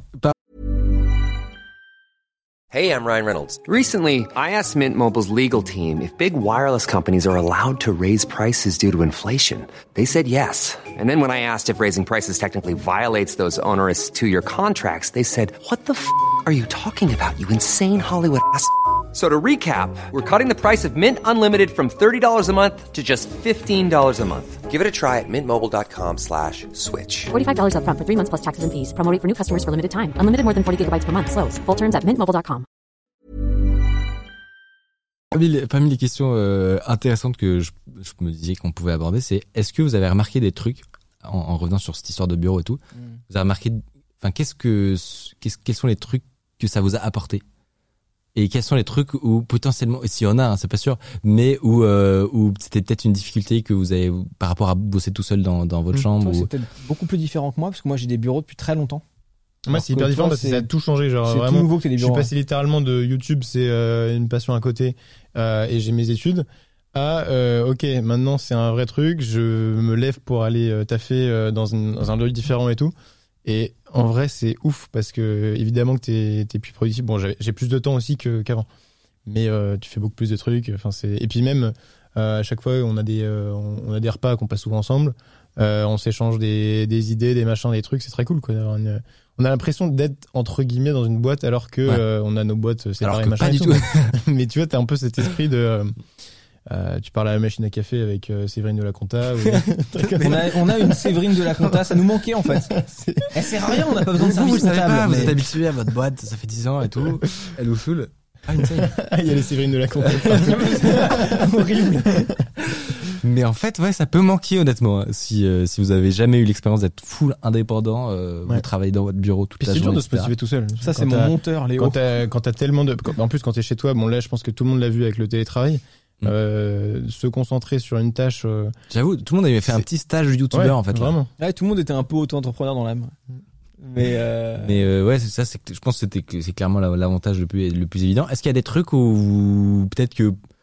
Hey, I'm Ryan Reynolds. Recently, I asked Mint Mobile's legal team if big wireless companies are allowed to raise prices due to inflation. They said yes. And then when I asked if raising prices technically violates those onerous 2-year contracts, they said, "What the f*** are you talking about, you insane Hollywood ass?" So to recap, we're cutting the price of Mint Unlimited from $30 a month to just $15 a month. Give it a try at mintmobile.com/switch. $45 up front for 3 months plus taxes and fees. Promo rate for new customers for limited time. Unlimited more than 40 gigabytes per month. Slows full terms at mintmobile.com. Parmi les questions intéressantes que je me disais qu'on pouvait aborder, c'est est-ce que vous avez remarqué des trucs en revenant sur cette histoire de bureau et tout, vous avez remarqué, enfin quels sont les trucs que ça vous a apporté? Et quels sont les trucs où potentiellement, s'il y en a, hein, c'est pas sûr, mais où c'était peut-être une difficulté que vous avez par rapport à bosser tout seul dans votre chambre? C'est peut-être beaucoup plus différent que moi, parce que moi j'ai des bureaux depuis très longtemps. Moi c'est hyper différent parce que ça a tout changé, genre c'est vraiment. Tout nouveau que des bureaux. Je suis passé littéralement de YouTube, c'est une passion à côté, et j'ai mes études, à ok, maintenant c'est un vrai truc, je me lève pour aller taffer dans un lieu différent et tout. Et en vrai, c'est ouf parce que évidemment que t'es plus productif. Bon, j'ai plus de temps aussi qu'avant, mais tu fais beaucoup plus de trucs. Enfin, et puis même à chaque fois, on a des repas qu'on passe souvent ensemble. On s'échange des idées, des machins, des trucs. C'est très cool, quoi. On a l'impression d'être entre guillemets dans une boîte alors que on a nos boîtes séparées, machin. Pas du tout. Mais tu vois, t'as un peu cet esprit de tu parles à la machine à café avec Séverine de la Compta. On a une Séverine de la Compta, ça nous manquait en fait. Elle sert à rien, on n'a pas besoin de service comptable. Vous êtes habitué à votre boîte, ça fait 10 ans et tout. Elle vous saoule. Il y a les Séverines de la Compta. Horrible. Mais en fait, ouais, ça peut manquer honnêtement. Si vous avez jamais eu l'expérience d'être full indépendant, vous travaillez dans votre bureau toute la journée. C'est dur de se motiver tout seul. Ça, c'est mon monteur, Léo. Quand t'as tellement de, en plus quand t'es chez toi, bon là, je pense que tout le monde l'a vu avec le télétravail. Se concentrer sur une tâche. J'avoue, tout le monde avait fait un petit stage de youtubeur en fait. Vraiment. Ouais, tout le monde était un peu auto-entrepreneur dans l'âme. Mais ouais, c'est ça. Je pense que c'est clairement l'avantage le plus évident. Est-ce qu'il y a des trucs où peut-être que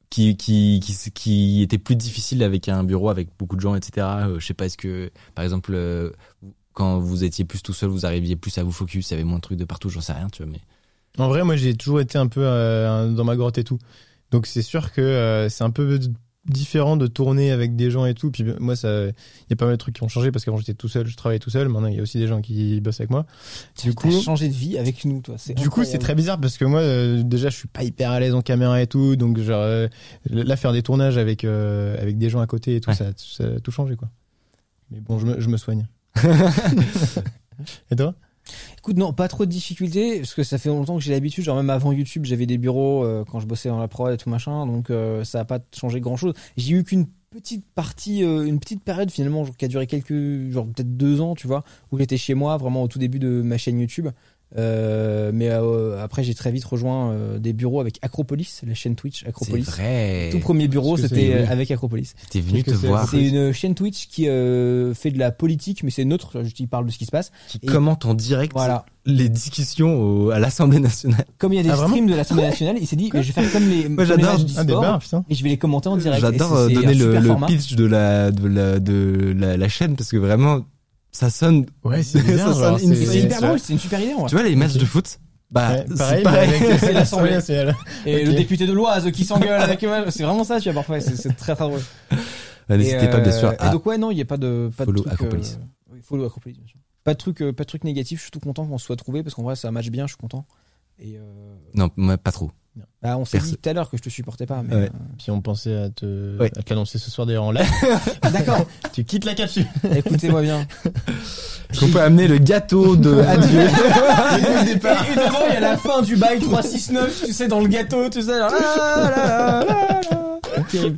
qui était plus difficile avec un bureau avec beaucoup de gens, etc. Je sais pas, est-ce que par exemple quand vous étiez plus tout seul, vous arriviez plus à vous focus, il y avait moins de trucs de partout, j'en sais rien, tu vois, mais En vrai, moi, j'ai toujours été un peu dans ma grotte et tout. Donc, c'est sûr que c'est un peu différent de tourner avec des gens et tout. Puis moi, il y a pas mal de trucs qui ont changé parce qu'avant, j'étais tout seul, je travaillais tout seul. Maintenant, il y a aussi des gens qui bossent avec moi. Du coup, t'as changé de vie avec nous, toi. Du coup, c'est très bizarre parce que moi, déjà, je suis pas hyper à l'aise en caméra et tout. Donc, genre, là, faire des tournages avec des gens à côté et tout, ça a tout changé, quoi. Mais bon, je me soigne. Et toi? Écoute, non, pas trop de difficultés, parce que ça fait longtemps que j'ai l'habitude, genre même avant YouTube, j'avais des bureaux quand je bossais dans la prod et tout machin, donc ça a pas changé grand chose. J'ai eu qu'une petite partie, une petite période finalement, genre, qui a duré genre peut-être 2 ans, tu vois, où j'étais chez moi, vraiment au tout début de ma chaîne YouTube. Mais après j'ai très vite rejoint des bureaux avec Acropolis, la chaîne Twitch Acropolis. C'est vrai. Tout premier bureau c'était avec Acropolis. J'étais venu te voir. C'est une chaîne Twitch qui fait de la politique, mais c'est neutre, il parle de ce qui se passe. Qui commente en direct les discussions à l'Assemblée nationale. Comme il y a des streams de l'Assemblée nationale, il s'est dit je vais faire comme les matchs d'e-sport et je vais les commenter en direct. J'adore donner le pitch de la chaîne parce que vraiment ça sonne. Ouais, c'est bien. C'est hyper drôle, c'est une super idée. Tu vois les matchs de foot, pareil. C'est l'Assemblée. Et le député de l'Oise qui s'engueule avec c'est vraiment ça, tu vois, parfois c'est très très drôle. N'hésitez pas bien sûr. Et donc ouais, non, il y a pas de follow Acropolis. Follow Acropolis, bien sûr. Pas de truc négatif, je suis tout content qu'on se soit trouvé parce qu'en vrai ça match bien, je suis content. Et non, moi pas trop. Bah, on s'est dit tout à l'heure que je te supportais pas, mais puis on pensait à te l'annoncer ce soir d'ailleurs en live. D'accord. Tu quittes la capsule. Écoutez-moi bien. On peut amener le gâteau de adieu. Et devant il y a la fin du bail 369, tu sais, dans le gâteau, tu sais. Terrible.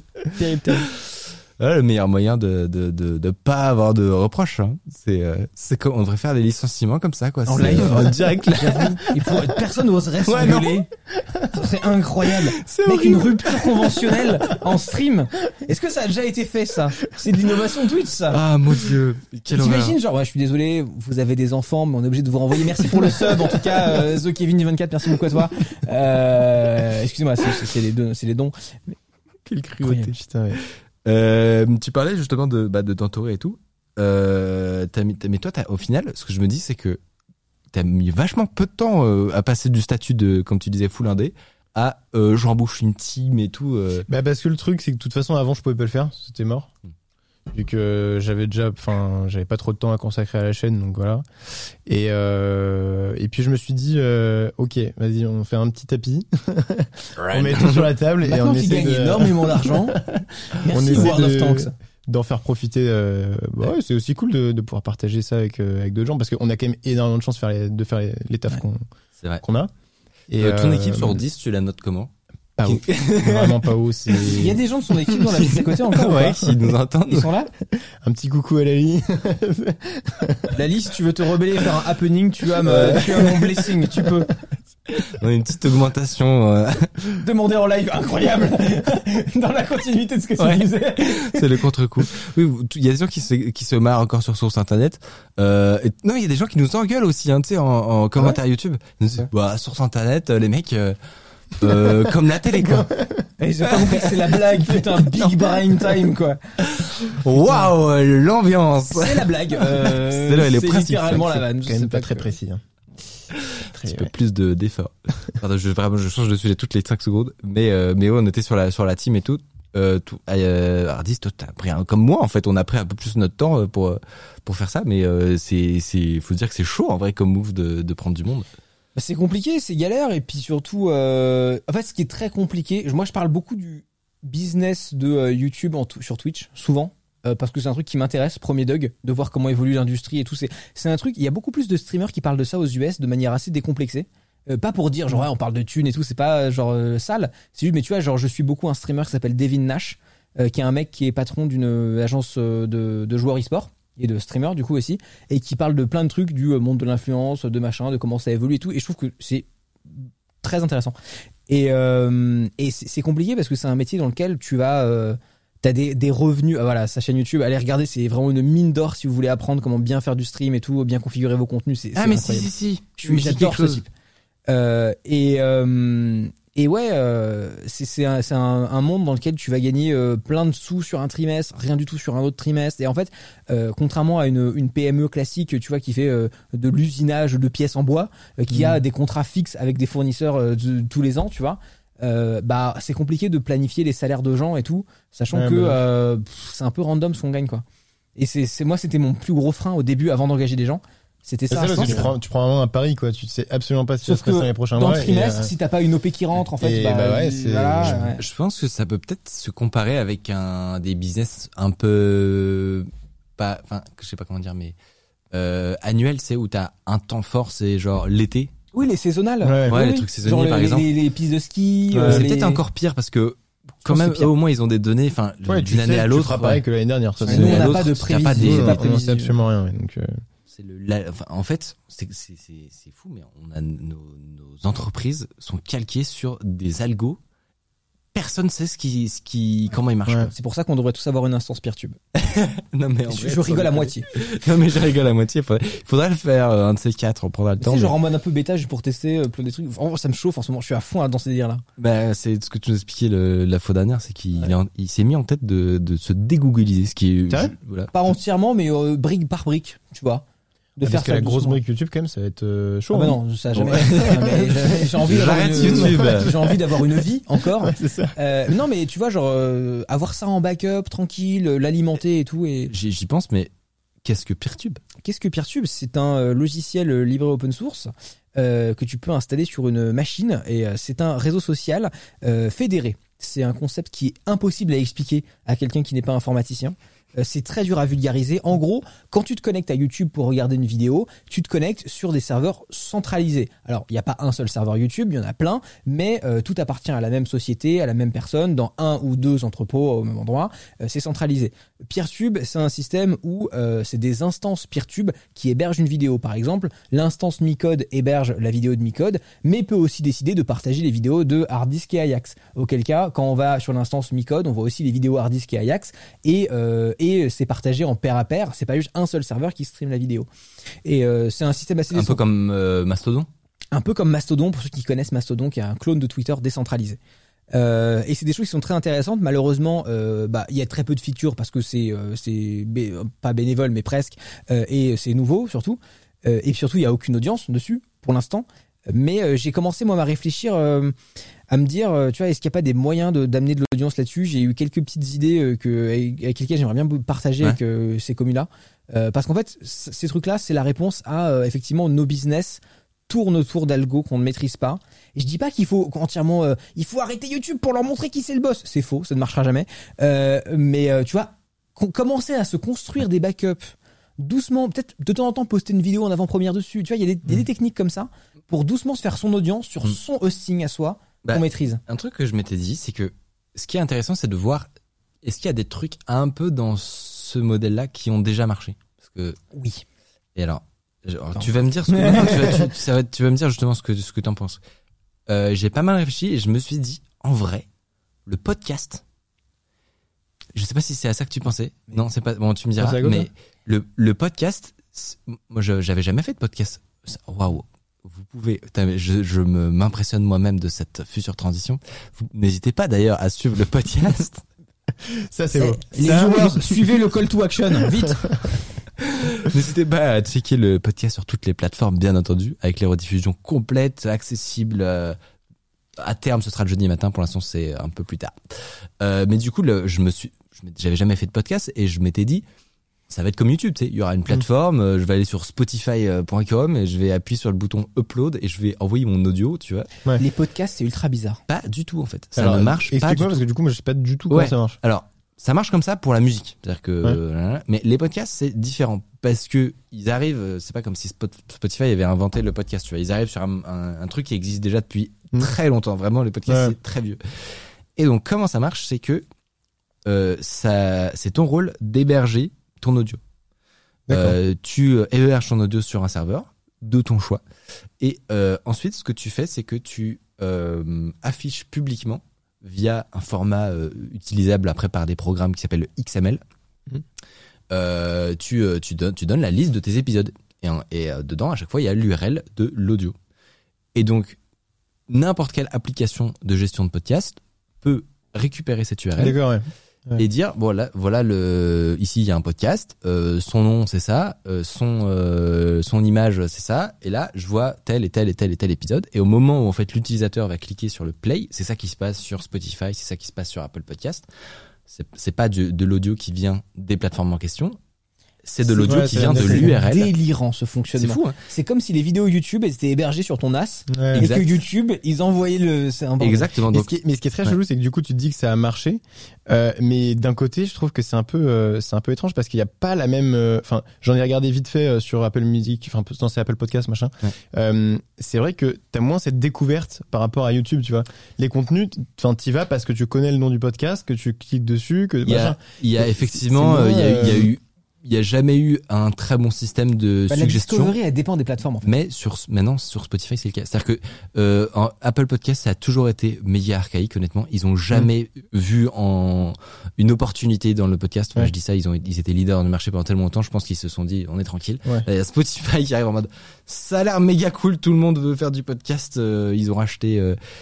Le meilleur moyen de pas avoir de reproches, hein. C'est comme on devrait faire des licenciements comme ça, quoi. En live, en direct. Là. Personne n'oserait s'engueuler. C'est incroyable. Mec, une rupture conventionnelle en stream. Est-ce que ça a déjà été fait, ça? C'est de l'innovation Twitch, ça. Ah, mon Dieu. T'imagines, genre, je suis désolé, vous avez des enfants, mais on est obligé de vous renvoyer. Merci pour le sub, en tout cas, The Kevin 24, merci beaucoup à toi. Excusez-moi, c'est les dons. Mais... Quelle cruauté. Putain, ouais. Tu parlais justement de t'entourer et tout. Mais toi, au final, ce que je me dis, c'est que t'as mis vachement peu de temps à passer du statut de, comme tu disais, full indé à j'embauche une team et tout. Bah parce que le truc, c'est que de toute façon, avant, je pouvais pas le faire, c'était mort. Vu que j'avais pas trop de temps à consacrer à la chaîne, donc voilà. Et puis je me suis dit, ok, vas-y, on fait un petit tapis, on met tout sur la table et on essaie énormément d'argent. Merci World of Tanks. D'en faire profiter. Ouais, c'est aussi cool de pouvoir partager ça avec d'autres gens parce qu'on a quand même énormément de chance de faire les tafs qu'on a. Et ton équipe sur 10, tu la notes comment? Pas ouf. Vraiment pas ouf. Il y a des gens de son équipe dans la pièce à côté encore. Ouais, qui nous entendent. Ils sont là. Un petit coucou à Lali. Lali, si tu veux te rebeller et faire un happening, tu as mon blessing, tu peux. On a une petite augmentation. Demander en live, incroyable. Dans la continuité de ce que tu disais. C'est le contre-coup. Oui, il y a des gens qui se marrent encore sur source internet. Non, il y a des gens qui nous engueulent aussi, hein, tu sais, en commentaire YouTube. Ils nous disent, source internet, les mecs. Comme la télé, quoi. Et ils ont pas compris que c'est la blague, putain, big brain time, quoi. Waouh, l'ambiance. C'est la blague. C'est littéralement la vanne. C'est quand même pas très précis. Hein. Un peu plus d'effort. Pardon, je change de sujet toutes les 5 secondes. Mais ouais, on était sur la team et tout. Ardis, toi, t'as pris comme moi, en fait, on a pris un peu plus notre temps pour faire ça. Mais faut dire que c'est chaud, en vrai, comme move de prendre du monde. C'est compliqué, c'est galère, et puis surtout, en fait, ce qui est très compliqué, moi je parle beaucoup du business de YouTube sur Twitch, souvent, parce que c'est un truc qui m'intéresse, premier Doug, de voir comment évolue l'industrie et tout. C'est un truc, il y a beaucoup plus de streamers qui parlent de ça aux US de manière assez décomplexée. Pas pour dire genre on parle de thunes et tout, c'est pas genre sale, c'est juste, mais tu vois, genre je suis beaucoup un streamer qui s'appelle Devin Nash, qui est un mec qui est patron d'une agence de joueurs e-sport. Et de streamer du coup aussi, et qui parle de plein de trucs du monde de l'influence, de machin, de comment ça évolue et tout, et je trouve que c'est très intéressant. Et c'est compliqué parce que c'est un métier dans lequel tu vas t'as des revenus. Voilà, sa chaîne YouTube, allez regarder, c'est vraiment une mine d'or si vous voulez apprendre comment bien faire du stream et tout, bien configurer vos contenus, c'est mais incroyable. si J'adore ce type. Et ouais, c'est un monde dans lequel tu vas gagner plein de sous sur un trimestre, rien du tout sur un autre trimestre. Et en fait, contrairement à une PME classique, tu vois, qui fait de l'usinage de pièces en bois, qui a des contrats fixes avec des fournisseurs tous les ans, tu vois. Bah c'est compliqué de planifier les salaires de gens et tout, sachant que c'est un peu random ce qu'on gagne, quoi. Et c'était mon plus gros frein au début avant d'engager des gens. C'était ça. C'est parce que tu prends vraiment un pari, quoi. Tu sais absolument pas ce qui va se passer dans les prochains mois. Dans le trimestre, si t'as pas une OP qui rentre, en fait, je pense que ça peut peut-être se comparer avec des business un peu je sais pas comment dire, mais annuel, c'est où t'as un temps fort, c'est genre l'été. Oui, les saisonnales. Les trucs saisonniers, par exemple. Les pistes de ski. C'est peut-être encore pire parce que quand même, au moins ils ont des données, d'une année à l'autre. Tu feras pareil que l'année dernière. Nous, on n'a pas de prévision. On sait absolument rien. Donc. En fait, c'est fou, mais on a nos entreprises sont calquées sur des algos. Personne sait comment ils marchent. Ouais. C'est pour ça qu'on devrait tous avoir une instance Peertube. Non mais je rigole à moitié. Non mais je rigole à moitié. Faudrait le faire, un de ces quatre, on prendra le temps. C'est genre en mode un peu bêta pour tester plein des trucs. Ça me chauffe en ce moment. Je suis à fond dans ces délires là. Bah c'est ce que tu nous expliquais la fois dernière, c'est qu'il s'est mis en tête de se dégoogliser, ce qui est pas entièrement, mais brique par brique, tu vois. Parce que la grosse brique YouTube quand même ça va être chaud. Ah bah non, ça a jamais. J'ai envie d'avoir une vie encore. Ouais, c'est ça. Non mais tu vois, genre avoir ça en backup tranquille, l'alimenter et tout. Et j'y pense, mais qu'est-ce que Peertube? Qu'est-ce que Peertube? C'est un logiciel libre et open source que tu peux installer sur une machine, et c'est un réseau social fédéré. C'est un concept qui est impossible à expliquer à quelqu'un qui n'est pas informaticien. C'est très dur à vulgariser. En gros, quand tu te connectes à YouTube pour regarder une vidéo, tu te connectes sur des serveurs centralisés. Alors, il n'y a pas un seul serveur YouTube, il y en a plein, mais tout appartient à la même société, à la même personne, dans un ou deux entrepôts au même endroit. C'est centralisé. Peertube, c'est un système où c'est des instances Peertube qui hébergent une vidéo. Par exemple, l'instance Micode héberge la vidéo de Micode, mais peut aussi décider de partager les vidéos de Harddisk et Ajax. Auquel cas, quand on va sur l'instance Micode, on voit aussi les vidéos Harddisk et Ajax, et c'est partagé en pair à pair. C'est pas juste un seul serveur qui stream la vidéo. Et c'est un système assez un peu comme Mastodon. Un peu comme Mastodon, pour ceux qui connaissent Mastodon, qui est un clone de Twitter décentralisé. Et c'est des choses qui sont très intéressantes. Malheureusement, il y a très peu de features parce que c'est pas bénévole mais presque, et c'est nouveau surtout. Et puis surtout, il y a aucune audience dessus pour l'instant. Mais j'ai commencé moi à réfléchir, à me dire, tu vois, est-ce qu'il n'y a pas des moyens d'amener de l'audience là-dessus? J'ai eu quelques petites idées avec lesquelles j'aimerais bien partager avec ces communes-là, parce qu'en fait, ces trucs-là, c'est la réponse à effectivement nos business tournent autour d'algo qu'on ne maîtrise pas. Et je dis pas qu'il faut entièrement, il faut arrêter YouTube pour leur montrer qui c'est le boss. C'est faux, ça ne marchera jamais. Mais tu vois, commencer à se construire des backups doucement, peut-être de temps en temps poster une vidéo en avant-première dessus. Tu vois, il y a des techniques comme ça pour doucement se faire son audience sur son hosting à soi qu'on maîtrise. Un truc que je m'étais dit, c'est que ce qui est intéressant, c'est de voir est-ce qu'il y a des trucs un peu dans ce modèle-là qui ont déjà marché. Parce que oui. Et alors tu vas me dire ce que tu vas me dire justement ce que t'en penses. J'ai pas mal réfléchi et je me suis dit, en vrai, le podcast. Je sais pas si c'est à ça que tu pensais. Non, c'est pas. Bon, tu me diras. Mais le podcast, moi, j'avais jamais fait de podcast. Waouh. Vous pouvez. Je m'impressionne moi-même de cette future transition. Vous n'hésitez pas d'ailleurs à suivre le podcast. Ça c'est beau. Les joueurs, suivez le call to action, vite. N'hésitez pas à checker le podcast sur toutes les plateformes, bien entendu, avec les rediffusions complètes, accessibles. À terme, ce sera le jeudi matin. Pour l'instant, c'est un peu plus tard. Mais du coup, j'avais jamais fait de podcast et je m'étais dit, ça va être comme YouTube, tu sais. Il y aura une plateforme, je vais aller sur Spotify.com et je vais appuyer sur le bouton upload et je vais envoyer mon audio, tu vois. Ouais. Les podcasts, c'est ultra bizarre. Pas du tout, en fait. Ça ne marche pas. Explique-moi parce que du coup, moi, je sais pas du tout comment ça marche. Alors, ça marche comme ça pour la musique. C'est-à-dire que, mais les podcasts, c'est différent parce que ils arrivent, c'est pas comme si Spotify avait inventé le podcast, tu vois. Ils arrivent sur un truc qui existe déjà depuis très longtemps. Vraiment, les podcasts, c'est très vieux. Et donc, comment ça marche? C'est que, c'est ton rôle d'héberger ton audio. Tu héberges ton audio sur un serveur de ton choix. Et, ensuite, ce que tu fais, c'est que tu, affiches publiquement via un format utilisable après par des programmes qui s'appellent le XML. Tu donnes la liste de tes épisodes et dedans à chaque fois il y a l'URL de l'audio. Et donc n'importe quelle application de gestion de podcast peut récupérer cette URL. D'accord, ouais. Et dire voilà ici il y a un podcast, son nom c'est ça, son image c'est ça, et là je vois tel et tel et tel et tel épisode, et au moment où en fait l'utilisateur va cliquer sur le play, c'est ça qui se passe sur Spotify, c'est ça qui se passe sur Apple Podcast. C'est pas de l'audio qui vient des plateformes en question. C'est de l'audio qui vient de l'URL. C'est délirant ce fonctionnement. C'est fou, hein. C'est comme si les vidéos YouTube étaient hébergées sur ton NAS et Exact. que YouTube ils envoyaient c'est un bordel. Exactement. Donc, Mais ce qui est très chelou, c'est que du coup tu te dis que ça a marché, mais d'un côté je trouve que c'est un peu étrange parce qu'il y a pas la même. Enfin, j'en ai regardé vite fait sur Apple Music, enfin non c'est Apple Podcast machin. Ouais. C'est vrai que t'as moins cette découverte par rapport à YouTube, tu vois. Les contenus, enfin t'y vas parce que tu connais le nom du podcast, que tu cliques dessus, que il y a effectivement il y a jamais eu un très bon système de suggestion. La discovery, elle dépend des plateformes, en fait. Mais maintenant, sur Spotify, c'est le cas. C'est-à-dire que, en Apple Podcast, ça a toujours été méga archaïque, honnêtement. Ils ont jamais vu en une opportunité dans le podcast. Enfin, je dis ça, ils étaient leaders du marché pendant tellement longtemps. Je pense qu'ils se sont dit, on est tranquille. Ouais. Il y a Spotify qui arrive en mode, ça a l'air méga cool. Tout le monde veut faire du podcast. Ils ont racheté,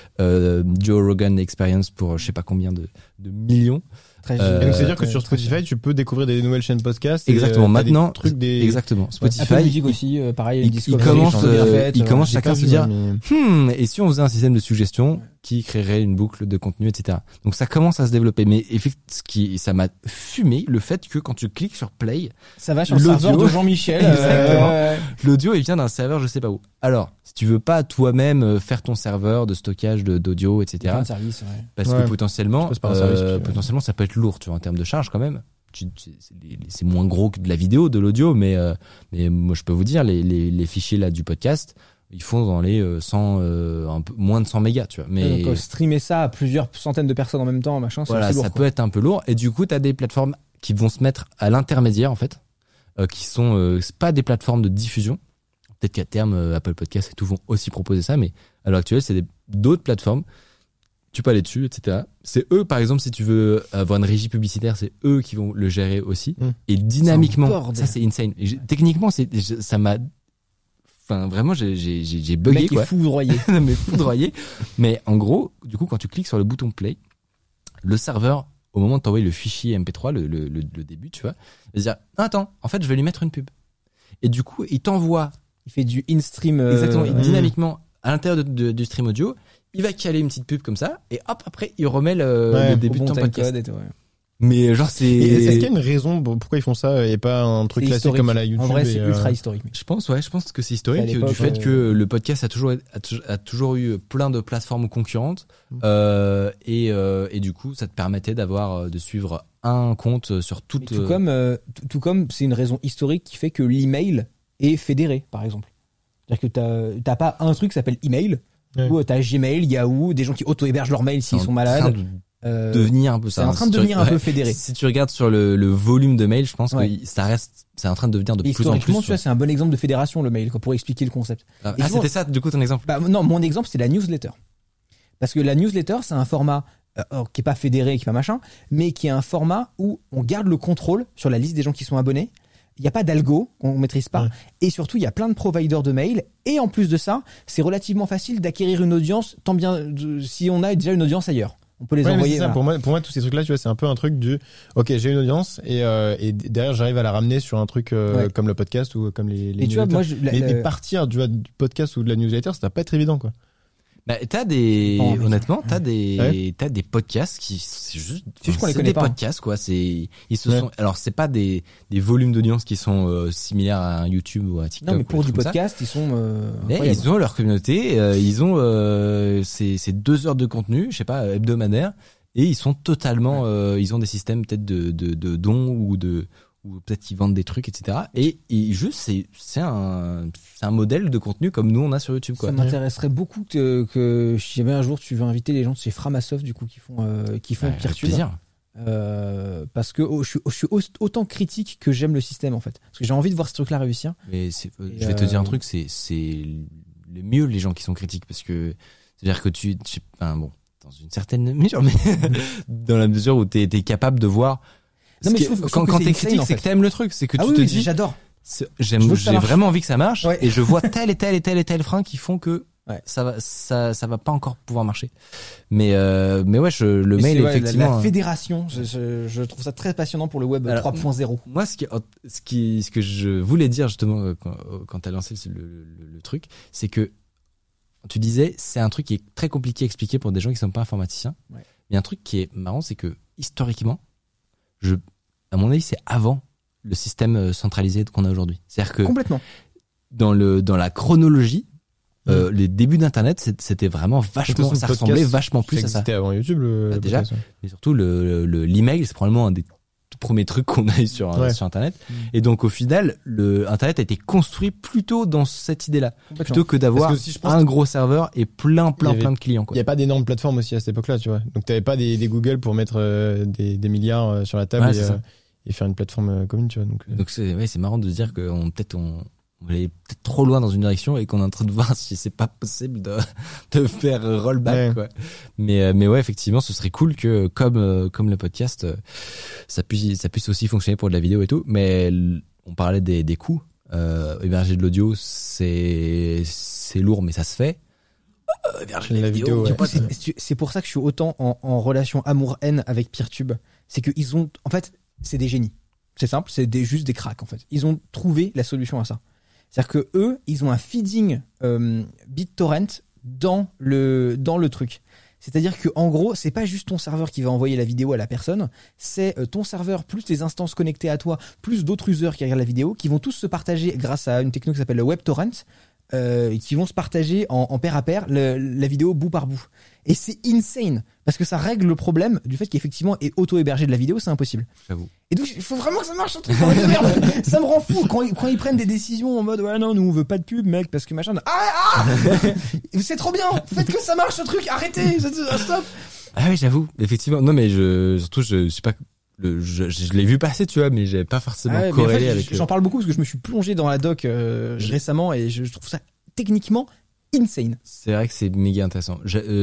Joe Rogan Experience pour je sais pas combien de millions. Donc c'est-à-dire que sur Spotify, tu peux découvrir des nouvelles chaînes podcast. Exactement. Maintenant, exactement. Spotify. Apple Music aussi, pareil. Il commence chacun à se dire, et si on faisait un système de suggestion qui créerait une boucle de contenu, etc. Donc ça commence à se développer. Mais effectivement, ça m'a fumé le fait que quand tu cliques sur Play, ça va sur le serveur de Jean-Michel. L'audio, il vient d'un serveur, je sais pas où. Alors, si tu veux pas toi-même faire ton serveur de stockage d'audio, etc. Service, parce que potentiellement, ça peut être lourd, tu vois, en termes de charge quand même. C'est moins gros que de la vidéo, de l'audio, mais moi je peux vous dire, les fichiers là du podcast, ils font dans les 100, un peu moins de 100 mégas, tu vois. Mais donc, streamer ça à plusieurs centaines de personnes en même temps, machin, voilà, c'est lourd, ça peut être un peu lourd. Et du coup, t'as des plateformes qui vont se mettre à l'intermédiaire en fait, qui sont c'est pas des plateformes de diffusion. Peut-être qu'à terme, Apple Podcast et tout vont aussi proposer ça, mais à l'heure actuelle, c'est d'autres plateformes. Tu peux aller dessus, etc. C'est eux, par exemple, si tu veux avoir une régie publicitaire, c'est eux qui vont le gérer aussi. Et dynamiquement, ça c'est insane. Techniquement, ça m'a, enfin vraiment, j'ai bugué, mec quoi. Est foudroyé. Mais foudroyé. Mais en gros, du coup, quand tu cliques sur le bouton play, le serveur, au moment de t'envoyer le fichier MP3, le début, tu vois, il va se dire, attends, en fait, je vais lui mettre une pub. Et du coup, il t'envoie. Il fait du in-stream. Exactement. Dynamiquement, à l'intérieur du stream audio, il va caler une petite pub comme ça, et hop, après, il remet le début de ton podcast. Mais genre, c'est... Est-ce qu'il y a une raison pourquoi ils font ça et pas un truc classique comme à la YouTube? En vrai, c'est ultra historique. Je pense que c'est historique du fait que le podcast a toujours eu plein de plateformes concurrentes, et du coup, ça te permettait de suivre un compte sur toute... Tout comme c'est une raison historique qui fait que l'email est fédéré, par exemple. C'est-à-dire que t'as pas un truc qui s'appelle email, ou t'as Gmail, Yahoo, des gens qui auto-hébergent leur mail s'ils sont malades. Devenir un peu ça. C'est en train de devenir un peu fédéré. Si tu regardes sur le volume de mail, je pense que c'est en train de devenir de plus en plus. Historiquement, tu vois, c'est un bon exemple de fédération, le mail, pour expliquer le concept. C'était ça, du coup, ton exemple? Non, mon exemple, c'est la newsletter. Parce que la newsletter, c'est un format qui est pas fédéré, qui est pas machin, mais qui est un format où on garde le contrôle sur la liste des gens qui sont abonnés. Il n'y a pas d'algo qu'on maîtrise pas. Et surtout, il y a plein de providers de mail. Et en plus de ça, c'est relativement facile d'acquérir une audience, tant bien si on a déjà une audience ailleurs. On peut les envoyer. Ça, voilà. Pour moi, tous ces trucs-là, tu vois, c'est un peu un truc du, ok, j'ai une audience et derrière, j'arrive à la ramener sur un truc comme le podcast ou comme les et tu vois, moi, mais partir du podcast ou de la newsletter, ça va pas être évident, quoi. Bah, honnêtement, t'as des podcasts qui, c'est juste, c'est des podcasts, quoi. Alors, c'est pas des volumes d'audience qui sont similaires à un YouTube ou à TikTok. Non, mais pour du podcast, ils sont, mais ils ont leur communauté, ils ont, c'est 2 heures de contenu, je sais pas, hebdomadaire, et ils sont totalement, ils ont des systèmes peut-être de dons ou peut-être qu'ils vendent des trucs, etc. Et juste, c'est un modèle de contenu comme nous on a sur YouTube, quoi. Ça m'intéresserait beaucoup que si jamais un jour tu veux inviter les gens de chez Framasoft, du coup, qui font Peertube. Parce que je suis autant critique que j'aime le système, en fait. Parce que j'ai envie de voir ce truc-là réussir. Mais je vais te dire un truc, c'est le mieux les gens qui sont critiques, parce que c'est-à-dire que dans une certaine mesure, mais dans la mesure où t'es capable de voir. Non, mais quand t'es critique, c'est que t'aimes le truc, c'est que tu te dis, j'adore. J'ai vraiment envie que ça marche, et je vois tel et tel et tel et tel frein qui font que Ouais. ça va pas encore pouvoir marcher. Mais ouais, le mail effectivement. La fédération, je trouve ça très passionnant pour le web 3.0. Moi, ce que je voulais dire justement quand t'as lancé le truc, c'est que tu disais c'est un truc qui est très compliqué à expliquer pour des gens qui sont pas informaticiens. Ouais. Mais un truc qui est marrant, c'est que historiquement, à mon avis, c'est avant le système centralisé qu'on a aujourd'hui. C'est-à-dire que Complètement. Dans la chronologie, les débuts d'Internet, c'était vraiment vachement, ça ressemblait vachement plus à ça. C'était avant YouTube, déjà, mais surtout l'email, c'est probablement un des tout premiers trucs qu'on a eu sur Internet. Et donc au final, Internet a été construit plutôt dans cette idée-là, plutôt que d'avoir un gros serveur et plein de clients. Il y a pas d'énormes plateformes aussi à cette époque-là, tu vois. Donc t'avais pas des Google pour mettre des milliards sur la table et faire une plateforme commune, tu vois. Donc c'est marrant de se dire qu'on est peut-être trop loin dans une direction et qu'on est en train de voir si c'est pas possible de faire rollback, quoi. Mais ouais, effectivement, ce serait cool que comme le podcast, ça puisse aussi fonctionner pour de la vidéo et tout. Mais on parlait des coûts. Héberger de l'audio, c'est lourd, mais ça se fait. Héberger de la vidéo, c'est pour ça que je suis autant en relation amour-haine avec Peertube. C'est que en fait, c'est des génies. C'est simple, c'est juste des cracks, en fait. Ils ont trouvé la solution à ça. C'est-à-dire que eux, ils ont un feeding BitTorrent dans le truc. C'est-à-dire que en gros, c'est pas juste ton serveur qui va envoyer la vidéo à la personne, c'est ton serveur plus les instances connectées à toi, plus d'autres users qui regardent la vidéo, qui vont tous se partager grâce à une techno qui s'appelle le WebTorrent, qui vont se partager en pair à pair la vidéo bout par bout. Et c'est insane parce que ça règle le problème du fait qu'effectivement est auto-hébergé de la vidéo, c'est impossible. J'avoue. Et donc il faut vraiment que ça marche, ce truc. Ça me rend fou quand ils prennent des décisions en mode ouais non, nous on veut pas de pub, mec, parce que machin. C'est trop bien. Faites que ça marche, ce truc. Arrêtez, stop. Ah oui, j'avoue. Effectivement. Non, mais je sais pas. Je l'ai vu passer, tu vois, mais j'avais pas forcément corrélé avec. J'en parle beaucoup parce que je me suis plongé dans la doc récemment et je trouve ça techniquement insane. C'est vrai que c'est méga intéressant.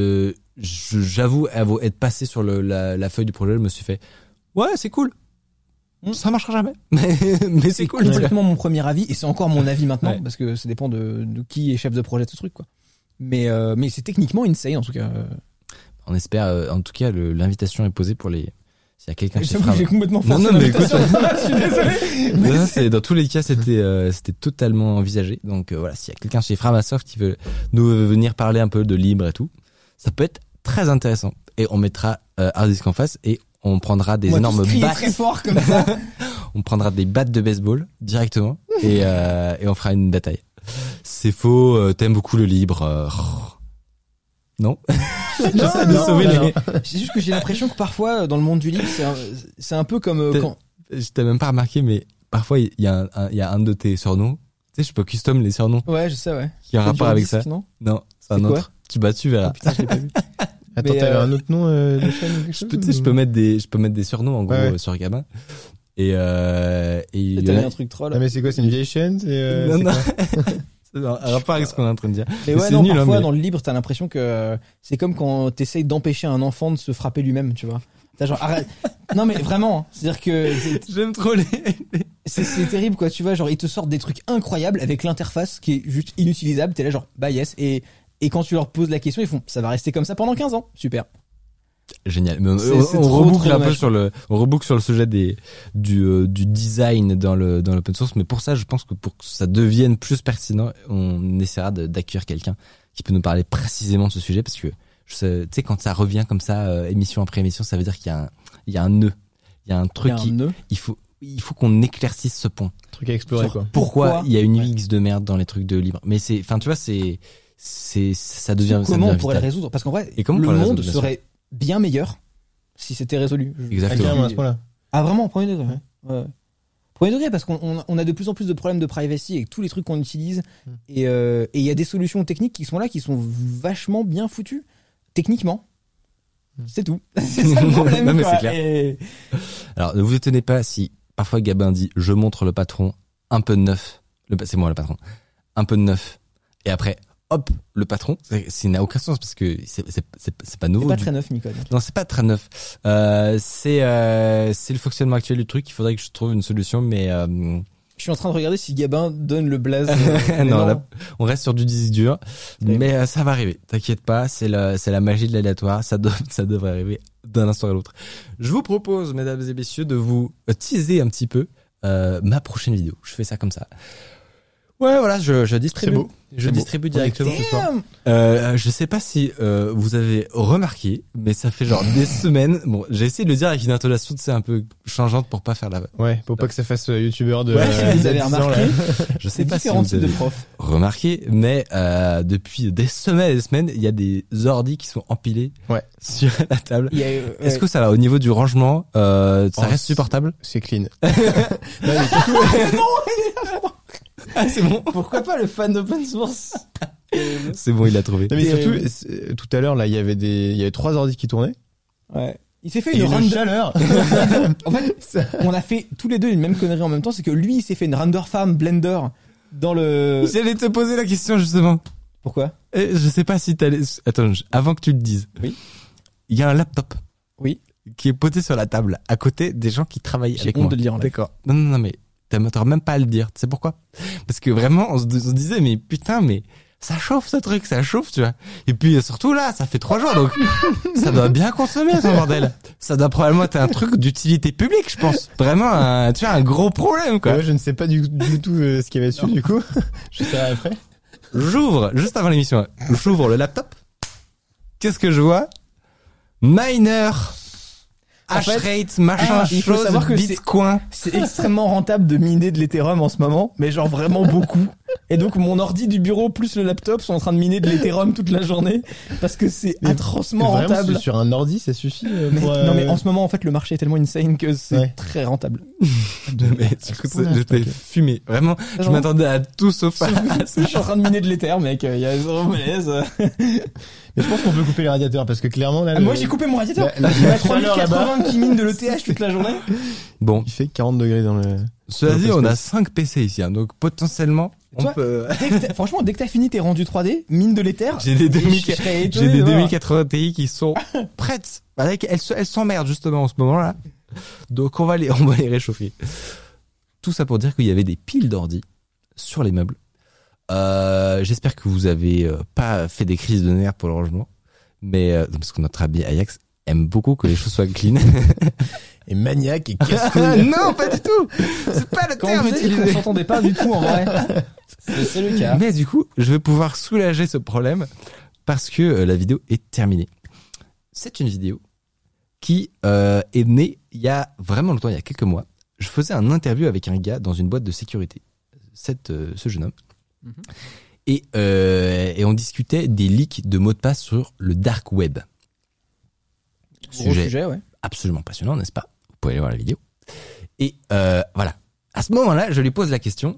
J'avoue être passé sur la feuille du projet, je me suis fait ouais, c'est cool. Ça marchera jamais, mais c'est cool. C'est complètement mon premier avis et c'est encore mon avis maintenant parce que ça dépend de qui est chef de projet de ce truc, quoi. Mais c'est techniquement insane en tout cas. On espère, en tout cas, l'invitation est posée pour les. S'il y a quelqu'un chez Frama. J'ai complètement forcé l'invitation. Je suis désolé. Non, dans tous les cas, c'était totalement envisagé. Donc voilà, s'il y a quelqu'un chez Framasoft qui veut nous venir parler un peu de libre et tout, ça peut être très intéressant. Et on mettra Hard Disk en face et on prendra des énormes battes. Très fort comme ça. On prendra des battes de baseball directement et on fera une bataille. C'est faux. T'aimes beaucoup le libre. Non. C'est juste que j'ai l'impression que parfois dans le monde du libre c'est un peu comme quand je t'ai même pas remarqué, mais parfois il y a un de tes surnoms, tu sais, je peux custom les surnoms. Ouais, je sais, ouais. Qui a un rapport avec ça. Non, c'est un autre. Tu verras. Oh, putain, je l'ai pas vu. Attends, t'avais un autre nom de chaîne ou quelque chose? Tu sais, je peux mettre des surnoms en gros sur Gabin. Et t'as mis un truc troll. Ah, mais c'est quoi, c'est une vieille chaîne? Non. Un rapport avec ce qu'on est en train de dire. Et ouais, non, parfois dans le libre, t'as l'impression que c'est comme quand t'essayes d'empêcher un enfant de se frapper lui-même, tu vois. T'as genre arrête. Non mais vraiment, c'est-à-dire que j'aime trop les. C'est terrible, quoi. Tu vois, genre ils te sortent des trucs incroyables avec l'interface qui est juste inutilisable. T'es là genre bah yes, et quand tu leur poses la question, ils font ça va rester comme ça pendant 15 ans. Super. Génial. Mais on reboucle un peu sur le sujet du design dans l'open source. Mais pour ça, je pense que pour que ça devienne plus pertinent, on essaiera d'accueillir quelqu'un qui peut nous parler précisément de ce sujet, parce que tu sais, quand ça revient comme ça, émission après émission, ça veut dire qu'il y a un nœud. Il y a un truc il faut qu'on éclaircisse ce point. Truc à explorer, quoi. Pourquoi il y a une UX de merde dans les trucs de libre? Mais tu vois, ça devient. Comment on pourrait le résoudre? Parce qu'en vrai, le monde serait bien meilleur si c'était résolu. Exactement. Ah vraiment, premier degré. Ouais. Premier degré, parce qu'on a de plus en plus de problèmes de privacy avec tous les trucs qu'on utilise, et il y a des solutions techniques qui sont là, qui sont vachement bien foutues techniquement. C'est tout. C'est ça le problème. Non mais c'est clair. Alors ne vous étonnez pas si parfois Gabin dit je montre le patron un peu de neuf. C'est moi le patron. Un peu de neuf. Et après hop, le patron, ça n'a aucun sens parce que c'est pas nouveau. C'est pas très neuf, Nicole. Non, c'est pas très neuf. C'est le fonctionnement actuel du truc. Il faudrait que je trouve une solution, mais je Je suis en train de regarder si Gabin donne le blaze. Non, là, on reste sur du disque dur, mais ça va arriver. T'inquiète pas, c'est la magie de l'aléatoire. Ça devrait arriver d'un instant à l'autre. Je vous propose, mesdames et messieurs, de vous teaser un petit peu ma prochaine vidéo. Je fais ça comme ça. Ouais, voilà, je distribue. C'est beau. Je distribue directement ce soir. Damn. Je sais pas si vous avez remarqué, mais ça fait genre des semaines. Bon, j'ai essayé de le dire avec une intonation, un peu changeante pour pas faire la. Ouais, pour pas que ça fasse youtubeur de. Ouais, vous avez remarqué. Je sais pas si différents vous types avez de profs. remarqué, mais depuis des semaines et des semaines, il y a des ordis qui sont empilés sur la table. Est-ce que ça va au niveau du rangement ça reste supportable? C'est clean. Non, mais surtout... Ah, c'est bon. Pourquoi pas le fan d'open source? C'est bon, il l'a trouvé. Non, mais surtout, tout à l'heure, là, il y avait 3 ordi qui tournaient. Ouais. Il s'est fait Et une render. chaleur. En fait, on a fait tous les deux une même connerie en même temps, c'est que lui, il s'est fait une render farm Blender dans le... J'allais te poser la question, justement. Pourquoi? Je sais pas si t'allais... Attends, avant que tu le dises. Oui. Il y a un laptop. Oui. Qui est posé sur la table, à côté des gens qui travaillent avec moi. J'ai honte de le dire en live. D'accord. Non, mais t'auras même pas à le dire. Tu sais pourquoi? Parce que vraiment, on se disait, mais putain, mais ça chauffe ce truc, ça chauffe, tu vois. Et puis surtout là, ça fait 3 jours, donc ça doit bien consommer, ce bordel. Ça doit probablement être un truc d'utilité publique, je pense. Vraiment, un gros problème, quoi. Ouais, je ne sais pas du tout ce qu'il y avait dessus, du coup. Je sais après. J'ouvre, juste avant l'émission, j'ouvre le laptop. Qu'est-ce que je vois? Miner. Hashrate, machin, il faut chose, savoir que Bitcoin. c'est extrêmement rentable de miner de l'Ethereum en ce moment, mais genre vraiment beaucoup. Et donc mon ordi du bureau plus le laptop sont en train de miner de l'Ethereum toute la journée parce que c'est atrocement Vraiment, rentable. sur un ordi, ça suffit pour... Non mais en ce moment en fait le marché est tellement insane que c'est très rentable. Mais du coup, j'étais fumé. Vraiment, je m'attendais à tout sauf à... Je suis en train de miner de l'Ether, mec. Il y a zéro malaise. Mais je pense qu'on peut couper les radiateurs parce que clairement là. Moi j'ai coupé mon radiateur. Il y a 3080 qui mine de l'ETH toute la journée. Bon. Il fait 40 degrés dans le... Cela dit, on a 5 PC ici, hein, donc potentiellement, on peut... Franchement, dès que t'as fini tes rendus 3D, mine de l'Ether. J'ai des 2080 Ti qui sont prêtes. Elles s'emmerdent justement en ce moment-là. Donc on va les réchauffer. Tout ça pour dire qu'il y avait des piles d'ordi sur les meubles. J'espère que vous avez pas fait des crises de nerfs pour le rangement. Mais, parce que notre ami Ajax aime beaucoup que les choses soient clean. Et maniaque et casse-couille. Non, pas du tout. C'est pas le terme utilisé. On s'entendait pas du tout en vrai. C'est le cas. Mais du coup, je vais pouvoir soulager ce problème parce que la vidéo est terminée. C'est une vidéo qui est née il y a vraiment longtemps, il y a quelques mois. Je faisais un interview avec un gars dans une boîte de sécurité. Ce jeune homme. Mm-hmm. Et on discutait des leaks de mots de passe sur le dark web. Gros sujet, ouais. Absolument passionnant, n'est-ce pas? Vous pouvez aller voir la vidéo. Et voilà. À ce moment-là, je lui pose la question.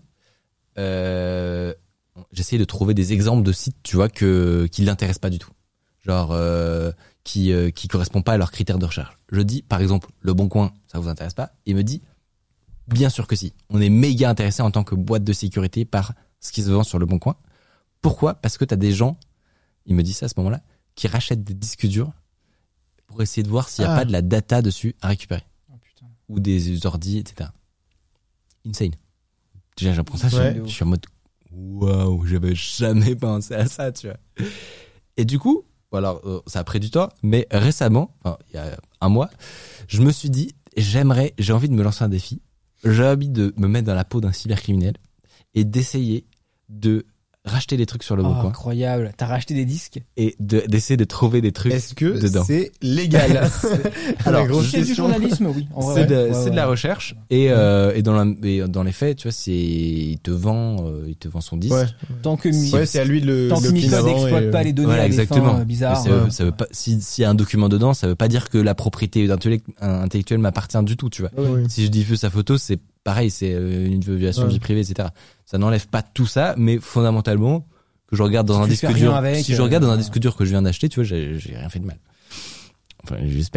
J'essayais de trouver des exemples de sites, tu vois, qui l'intéressent pas du tout. Genre qui correspond pas à leurs critères de recherche. Je dis, par exemple, Le Bon Coin, ça vous intéresse pas? Il me dit, bien sûr que si. On est méga intéressé en tant que boîte de sécurité par ce qui se vend sur Le Bon Coin. Pourquoi? Parce que t'as des gens, il me dit ça à ce moment-là, qui rachètent des disques durs pour essayer de voir s'il n'y a pas de la data dessus à récupérer. Oh, putain. Ou des ordis, etc. Insane. Déjà, j'apprends ça, je suis en mode, waouh, j'avais jamais pensé à ça, tu vois. Et du coup, alors, ça a pris du temps, mais récemment, il y a un mois, je me suis dit, j'ai envie de me lancer un défi. J'ai envie de me mettre dans la peau d'un cybercriminel et d'essayer de racheter des trucs sur Le Bon Coin. Incroyable. T'as racheté des disques? Et d'essayer de trouver des trucs dedans. Est-ce que c'est légal? Alors, c'est du journalisme, oui. C'est de la recherche. Et dans les faits, tu vois, il te vend son disque. Ouais. Tant que c'est à lui de le tant que Micode n'exploite pas les données à des fins bizarres. Ça veut pas, s'il y a un document dedans, ça veut pas dire que la propriété intellectuelle m'appartient du tout, tu vois. Oui. Si je diffuse sa photo, c'est pareil, c'est une violation de vie privée, etc. Ça n'enlève pas tout ça, mais fondamentalement, que je regarde dans un disque dur, si je regarde dans un disque dur que je viens d'acheter, tu vois, j'ai rien fait de mal. Enfin, j'espère.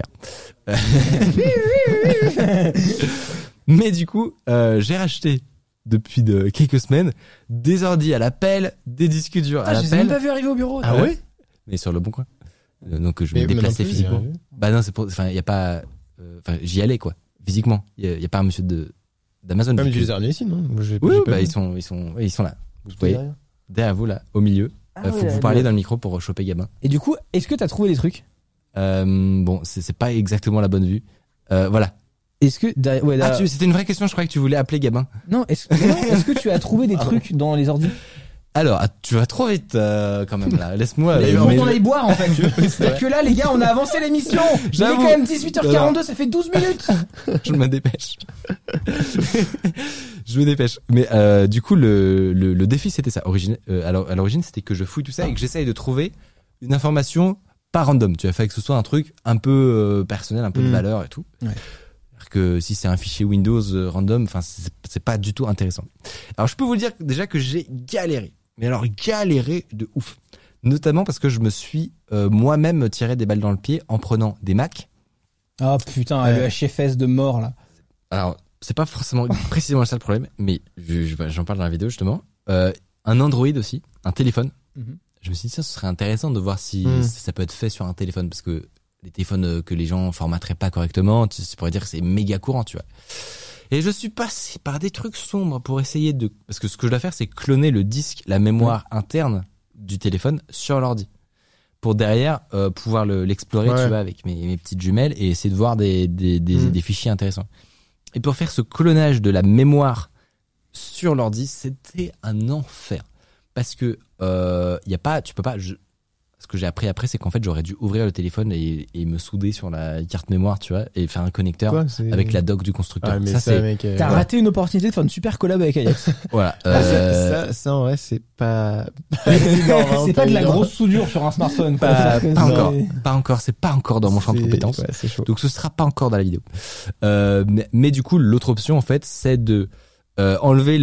Mais du coup, j'ai racheté depuis quelques semaines des ordis à l'appel, des disques durs à l'appel. Je les ai même pas vu arriver au bureau. Ah ouais? Mais sur Le Bon Coin. Donc je me déplaçais physiquement. Bah non, c'est pour, enfin, il y a pas, j'y allais quoi, physiquement. Il y a pas un monsieur de d'Amazon. Mais tu les as ramenés ici, non? Oui, bah ils sont là. Vous voyez, derrière vous là, au milieu. Faut que vous parliez dans le micro pour choper Gabin. Et du coup, est-ce que t'as trouvé des trucs? Bon, c'est pas exactement la bonne vue. Voilà. Est-ce que c'était une vraie question. Je croyais que tu voulais appeler Gabin. Non, est-ce que tu as trouvé des trucs dans les ordi? Alors, tu vas trop vite quand même là. Laisse-moi. Il faut qu'on aille boire en fait. C'est que là, les gars, on a avancé l'émission. Il est quand même 18h42, ça fait 12 minutes. Je me dépêche. Je me dépêche. Mais du coup, le défi c'était ça. À l'origine, c'était que je fouille tout ça et que j'essaye de trouver une information pas random. Tu as fait que ce soit un truc un peu personnel, un peu de valeur et tout. Ouais. Que si c'est un fichier Windows random, enfin c'est pas du tout intéressant. Alors je peux vous dire déjà que j'ai galéré, mais alors galéré de ouf, notamment parce que je me suis moi-même tiré des balles dans le pied en prenant des Macs. Oh putain, le HFS de mort là. Alors c'est pas forcément précisément ça le problème, mais j'en parle dans la vidéo justement. Un Android aussi, un téléphone. Je me suis dit ça, ce serait intéressant de voir si ça peut être fait sur un téléphone, parce que les téléphones que les gens formateraient pas correctement, tu pourrais dire que c'est méga courant, tu vois. Et je suis passé par des trucs sombres pour essayer parce que ce que je dois faire, c'est cloner le disque, la mémoire interne du téléphone sur l'ordi, pour derrière pouvoir l'explorer, tu vois, avec mes petites jumelles et essayer de voir des fichiers intéressants. Et pour faire ce clonage de la mémoire sur l'ordi, c'était un enfer, parce que tu peux pas. Ce que j'ai appris après, c'est qu'en fait, j'aurais dû ouvrir le téléphone et me souder sur la carte mémoire, tu vois, et faire un connecteur avec la doc du constructeur. Ah, mais ça, mec, t'as raté une opportunité de faire une super collab avec Ajax. Voilà. Ça, en vrai, c'est pas... c'est pas de la grosse soudure sur un smartphone. Pas encore. C'est pas encore dans mon champ de compétences. Ouais, c'est chaud. Donc, ce sera pas encore dans la vidéo. Mais du coup, l'autre option, en fait, c'est de enlever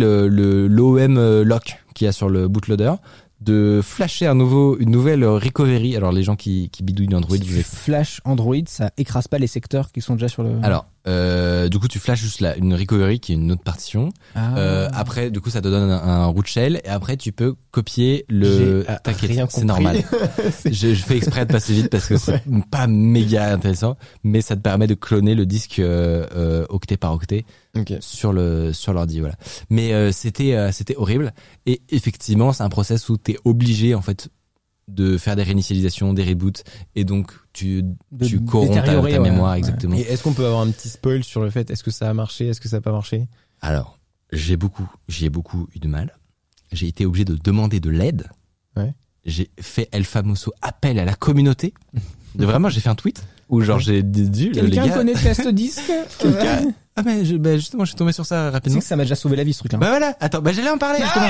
l'OM lock qu'il y a sur le bootloader, de flasher une nouvelle recovery. Alors les gens qui bidouillent d'Android, si tu flash Android, ça écrase pas les secteurs qui sont déjà sur le... Alors du coup tu flashes juste une recovery qui est une autre partition. Après du coup ça te donne un root shell et après tu peux copier t'inquiète, c'est normal. je fais exprès de passer vite parce que c'est pas méga intéressant, mais ça te permet de cloner le disque octet par octet. Okay. Sur l'ordi, voilà. Mais c'était horrible, et effectivement c'est un process où t'es obligé en fait de faire des réinitialisations, des reboots, et donc tu corromps ta mémoire, exactement. Et est-ce qu'on peut avoir un petit spoil sur le fait, est-ce que ça a marché, est-ce que ça a pas marché? Alors j'ai beaucoup eu de mal. J'ai été obligé de demander de l'aide. Ouais. J'ai fait El Famoso appel à la communauté. Vraiment, j'ai fait un tweet où genre j'ai dit quelqu'un connaît Test Disque. Ah mais justement je suis tombé sur ça rapidement. Tu sais que ça m'a déjà sauvé la vie ce truc là. Bah voilà, attends, j'allais en parler justement.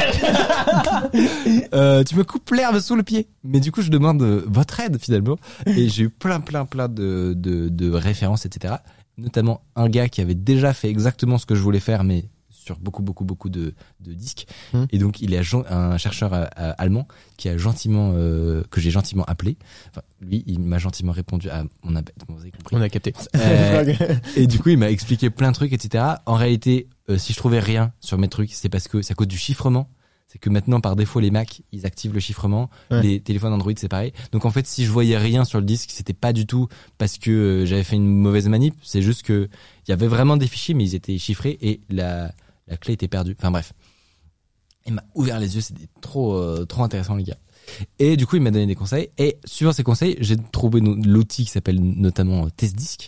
Tu me coupes l'herbe sous le pied. Mais du coup je demande votre aide finalement, et j'ai eu plein de références, etc. Notamment un gars qui avait déjà fait exactement ce que je voulais faire, mais sur beaucoup de disques. Et donc il est un chercheur allemand qui a que j'ai gentiment appelé. Enfin, lui, il m'a gentiment répondu à mon appel. Vous avez compris. On a capté. Et du coup, il m'a expliqué plein de trucs, etc. En réalité, si je trouvais rien sur mes trucs, c'est parce que c'est à cause du chiffrement. C'est que maintenant, par défaut, les Mac, ils activent le chiffrement. Ouais. Les téléphones Android, c'est pareil. Donc en fait, si je voyais rien sur le disque, c'était pas du tout parce que j'avais fait une mauvaise manip. C'est juste que il y avait vraiment des fichiers, mais ils étaient chiffrés et la clé était perdue. Enfin bref. Il m'a ouvert les yeux, c'était trop intéressant, les gars. Et du coup, il m'a donné des conseils. Et suivant ces conseils, j'ai trouvé l'outil qui s'appelle notamment TestDisk,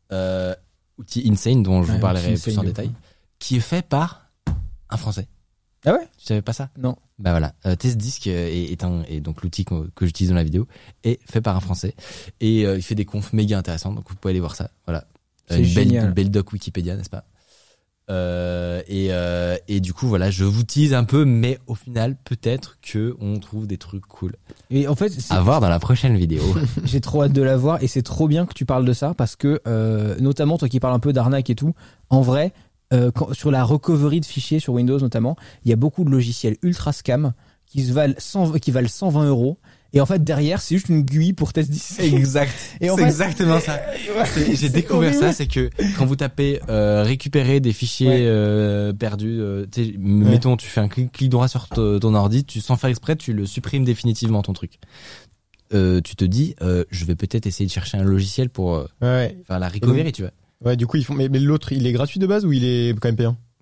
outil insane dont je vous parlerai plus en détail, qui est fait par un Français. Ah ouais? Tu savais pas ça? Non. Bah voilà, TestDisk est donc l'outil que j'utilise dans la vidéo est fait par un Français, et il fait des confs méga intéressantes, donc vous pouvez aller voir ça. Voilà, une belle doc Wikipédia, n'est-ce pas? Et du coup voilà, je vous tease un peu, mais au final peut-être que on trouve des trucs cool. Et en fait, à voir dans la prochaine vidéo. J'ai trop hâte de la voir, et c'est trop bien que tu parles de ça, parce que notamment toi qui parles un peu d'arnaque et tout, en vrai, sur la recovery de fichiers sur Windows notamment, il y a beaucoup de logiciels ultra scam qui valent 120 €. Et en fait, derrière, c'est juste une GUI pour TestDisk. Exact. Et c'est exactement ça. J'ai découvert ça, c'est que quand vous tapez récupérer des fichiers perdus, mettons, tu fais un clic droit sur ton ordi, sans faire exprès, tu le supprimes définitivement ton truc. Tu te dis, je vais peut-être essayer de chercher un logiciel pour faire la recovery, tu vois. Ouais, du coup, ils font. Mais l'autre, il est gratuit de base ou il est quand même payant?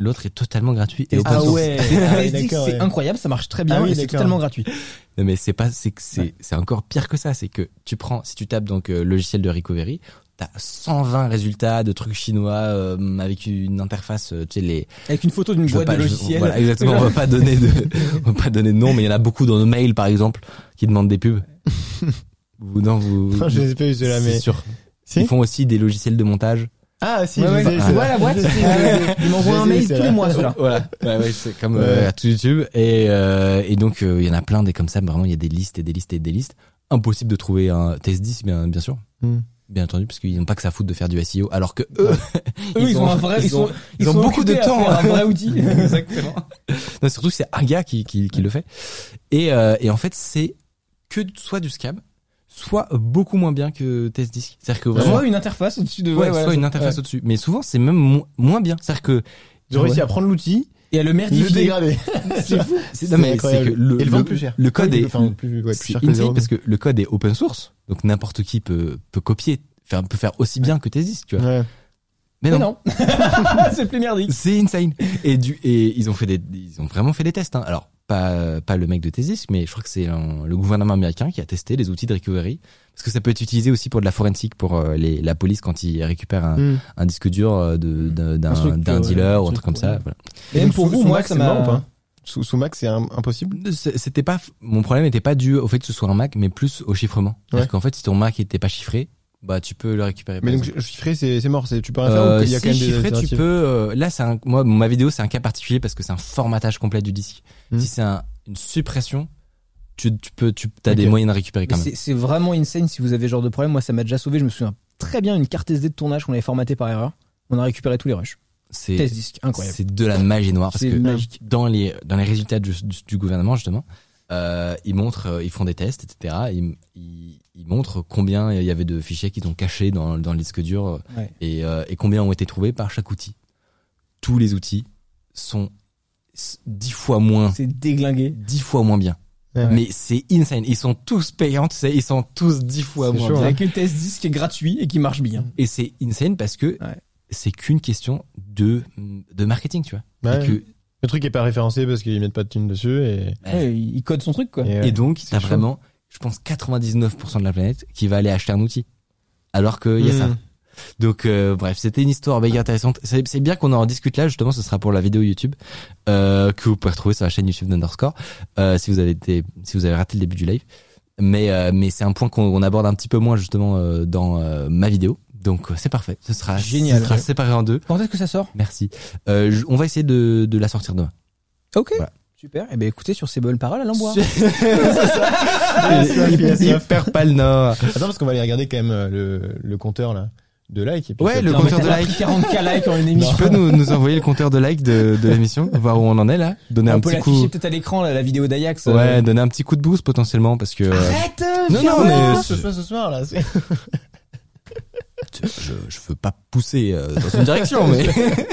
l'autre est totalement gratuit et Ah open source. ouais, d'accord, c'est ouais. incroyable, ça marche très bien Ah oui, et c'est d'accord. totalement gratuit. Non, mais c'est encore pire que ça. C'est que si tu tapes donc logiciel de recovery, t'as 120 résultats de trucs chinois avec une interface, tu sais Avec une photo d'une je veux boîte de pas- logiciels. Voilà, exactement. On va pas donner de nom, mais il y en a beaucoup dans nos mails, par exemple, qui demandent des pubs. vous Je les ai pas eu ceux-là, c'est mais. sûr. Si Ils font aussi des logiciels de montage. Ah, si, Ouais, je ouais, les ai, tu c'est vois là. la boîte, ils m'envoient un Je les ai, mail c'est tous là. les mois, ceux-là. Voilà. Ouais, c'est comme Ouais. à tout YouTube. Et donc il y en a plein des comme ça. Vraiment, il y a des listes et des listes et des listes. Impossible de trouver un test 10, bien sûr. Bien entendu, parce qu'ils n'ont pas que ça à foutre de faire du SEO, alors que eux, Ils ont un vrai, ils sont beaucoup de occupés à temps. faire un vrai outil. Exactement. Non, surtout que c'est un gars qui le fait. Et en fait, c'est que soit du scam, soit beaucoup moins bien que test disc. C'est-à-dire que vraiment, Soit une interface au-dessus de, soit une interface au-dessus. Mais souvent, c'est même moins bien. C'est-à-dire que Ils ont réussi à prendre l'outil, et à le le merdifier. dégrader. C'est fou. non, mais c'est incroyable. que le Et le vendre plus cher. Le code est Enfin, plus c'est cher que insane zéro. parce que le code est open source, donc n'importe qui peut copier, peut faire aussi bien que test disc, tu vois. Ouais. Mais non. C'est plus merdique. C'est insane. Et ils ont vraiment fait des tests, hein. Alors, pas le mec de Tezis, mais je crois que c'est le gouvernement américain qui a testé les outils de recovery. Parce que ça peut être utilisé aussi pour de la forensique, pour la police quand ils récupèrent un disque dur d'un dealer ou un truc comme ça. Voilà. Et même pour Sous vous, moi, Mac, ça c'est mort ou m'a. pas Sous Mac, c'est impossible. C'était pas, mon problème n'était pas dû au fait que ce soit un Mac, mais plus au chiffrement. C'est-à-dire Ouais. qu'en fait, si ton Mac était pas chiffré, bah, tu peux le récupérer. Mais par donc, exemple. chiffré, c'est mort, tu peux rien faire ou il y a Si quand même des chiffré, tu alternatives peux, là, moi, ma vidéo, c'est un cas particulier parce que c'est un formatage complet du disque. Si c'est une suppression, t'as des Ok. moyens de récupérer quand Mais même. c'est vraiment insane si vous avez ce genre de problème. Moi, ça m'a déjà sauvé. Je me souviens très bien d'une carte SD de tournage qu'on avait formatée par erreur. On a récupéré tous les rushs. C'est Test disque, incroyable. c'est de la magie noire parce C'est que magique. dans les résultats du gouvernement justement, ils font des tests, etc. Ils montrent combien il y avait de fichiers qu'ils ont cachés dans le disque dur Ouais. et combien ont été trouvés par chaque outil. Tous les outils sont 10 fois moins bien. Ouais. Mais c'est insane. Ils sont tous payants, tu sais, ils sont tous 10 fois C'est moins chaud, bien. hein. Avec le test disque qui est gratuit et qui marche bien. Et c'est insane parce que Ouais. c'est qu'une question de marketing, tu vois. Ouais. Et que Le truc est pas référencé parce qu'ils mettent pas de thunes dessus et. Ouais, il code son truc, quoi. ouais. Et donc, t'as chaud. vraiment, je pense, 99% de la planète qui va aller acheter un outil. Alors qu'il y a ça. Donc, bref, c'était une histoire méga intéressante. C'est bien qu'on en discute là, justement, ce sera pour la vidéo YouTube, que vous pouvez retrouver sur la chaîne YouTube d'Underscore, si vous avez raté le début du live. Mais c'est un point qu'on aborde un petit peu moins, justement, dans ma vidéo. Donc, c'est parfait. Ce sera séparé en deux. Quand est-ce que ça sort? Merci. On va essayer de la sortir demain. Ok. Voilà. Super. Eh ben, écoutez, sur ces bonnes paroles, allons boire. Il perd pas le nord. Attends, parce qu'on va aller regarder quand même le compteur là de likes. Et puis Ouais, ça- le Non, compteur mais de t'as likes. pris 40K likes en une Tu émission. peux nous envoyer le compteur de likes de l'émission, voir où on en est là, donner On un peut petit l'afficher coup. peut-être à l'écran, là, la vidéo d'Ajax. Ouais, donner un petit coup de boost potentiellement parce que Arrête! Non, viens non, voir. mais ce soir là. c'est- je veux pas pousser dans une direction, mais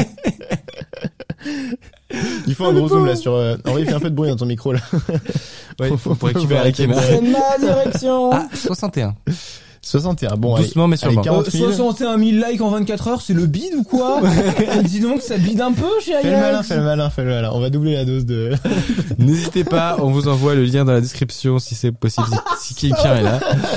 Il faut un gros zoom là sur. Henri, fais un peu de bruit dans ton micro là. ouais, Faut pour récupérer arrêter de- Kimmer. C'est ma direction. Ah, 61. 61. Bon, Doucement, mais sûrement. 40 000. 61 000 likes en 24 heures, c'est le bide ou quoi? Dis donc, ça bide un peu chez Fais le malin, Ajax. fais le malin, fais le malin. On va doubler la dose de. N'hésitez pas, on vous envoie le lien dans la description si c'est possible, si quelqu'un est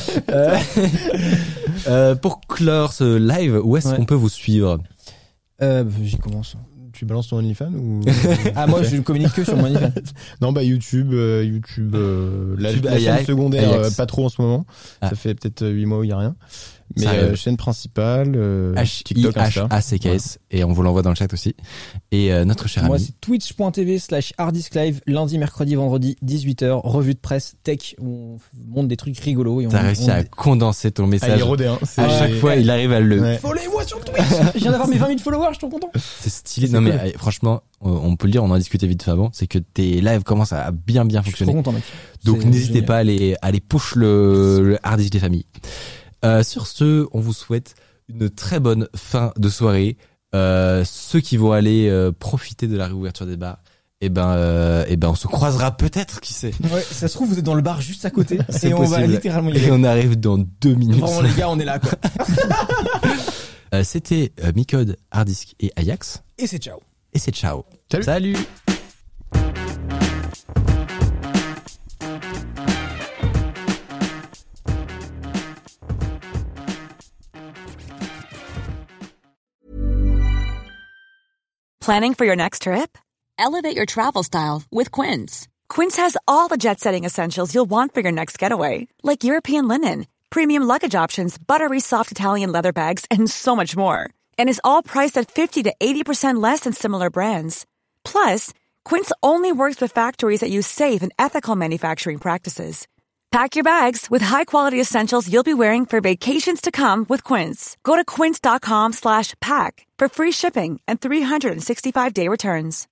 là. Pour clore ce live, où est-ce Ouais. qu'on peut vous suivre? J'y commence. Tu balances ton OnlyFans ou Ah, moi, je ne communique que sur mon OnlyFans. Non, bah YouTube, la YouTube, chaîne Ajax. secondaire, Ajax. pas trop en ce moment. Ah. Ça fait peut-être 8 mois où il y a rien. Mais Ça arrive. chaîne principale, TikTok, Insta. HIHACKS, et on vous l'envoie dans le chat aussi. Et notre cher Moi, ami. c'est twitch.tv/harddisklive, lundi, mercredi, vendredi, 18h, revue de presse tech, où on montre des trucs rigolos. Et T'as réussi à condenser ton Ah, il message. est rodé, hein. À chaque fois, il arrive à le. Ouais. Follow-moi sur Twitch. Je viens d'avoir mes 20 000 followers, je suis trop content. C'est stylé. Non mais franchement, on peut le dire, on en a discuté vite fait avant, c'est que tes lives commencent à bien Je suis trop fonctionner. content, mec. Donc C'est n'hésitez génial. pas à aller push le hard disk des familles. Sur ce, on vous souhaite une très bonne fin de soirée. Ceux qui vont aller profiter de la réouverture des bars, eh ben, on se croisera peut-être, qui sait. Ouais, ça se trouve, vous êtes dans le bar juste à côté. C'est et on va possible. littéralement y Et aller. on arrive dans 2 minutes. Vraiment, les gars, on est là, quoi. C'était Micode, Hard Disk et Ajax. Et c'est ciao. Et c'est ciao. Salut. Planning for your next trip? Elevate your travel style with Quince. Quince has all the jet-setting essentials you'll want for your next getaway, like European linen, premium luggage options, buttery soft Italian leather bags, and so much more. And is all priced at 50 to 80% less than similar brands. Plus, Quince only works with factories that use safe and ethical manufacturing practices. Pack your bags with high-quality essentials you'll be wearing for vacations to come with Quince. Go to quince.com/pack for free shipping and 365-day returns.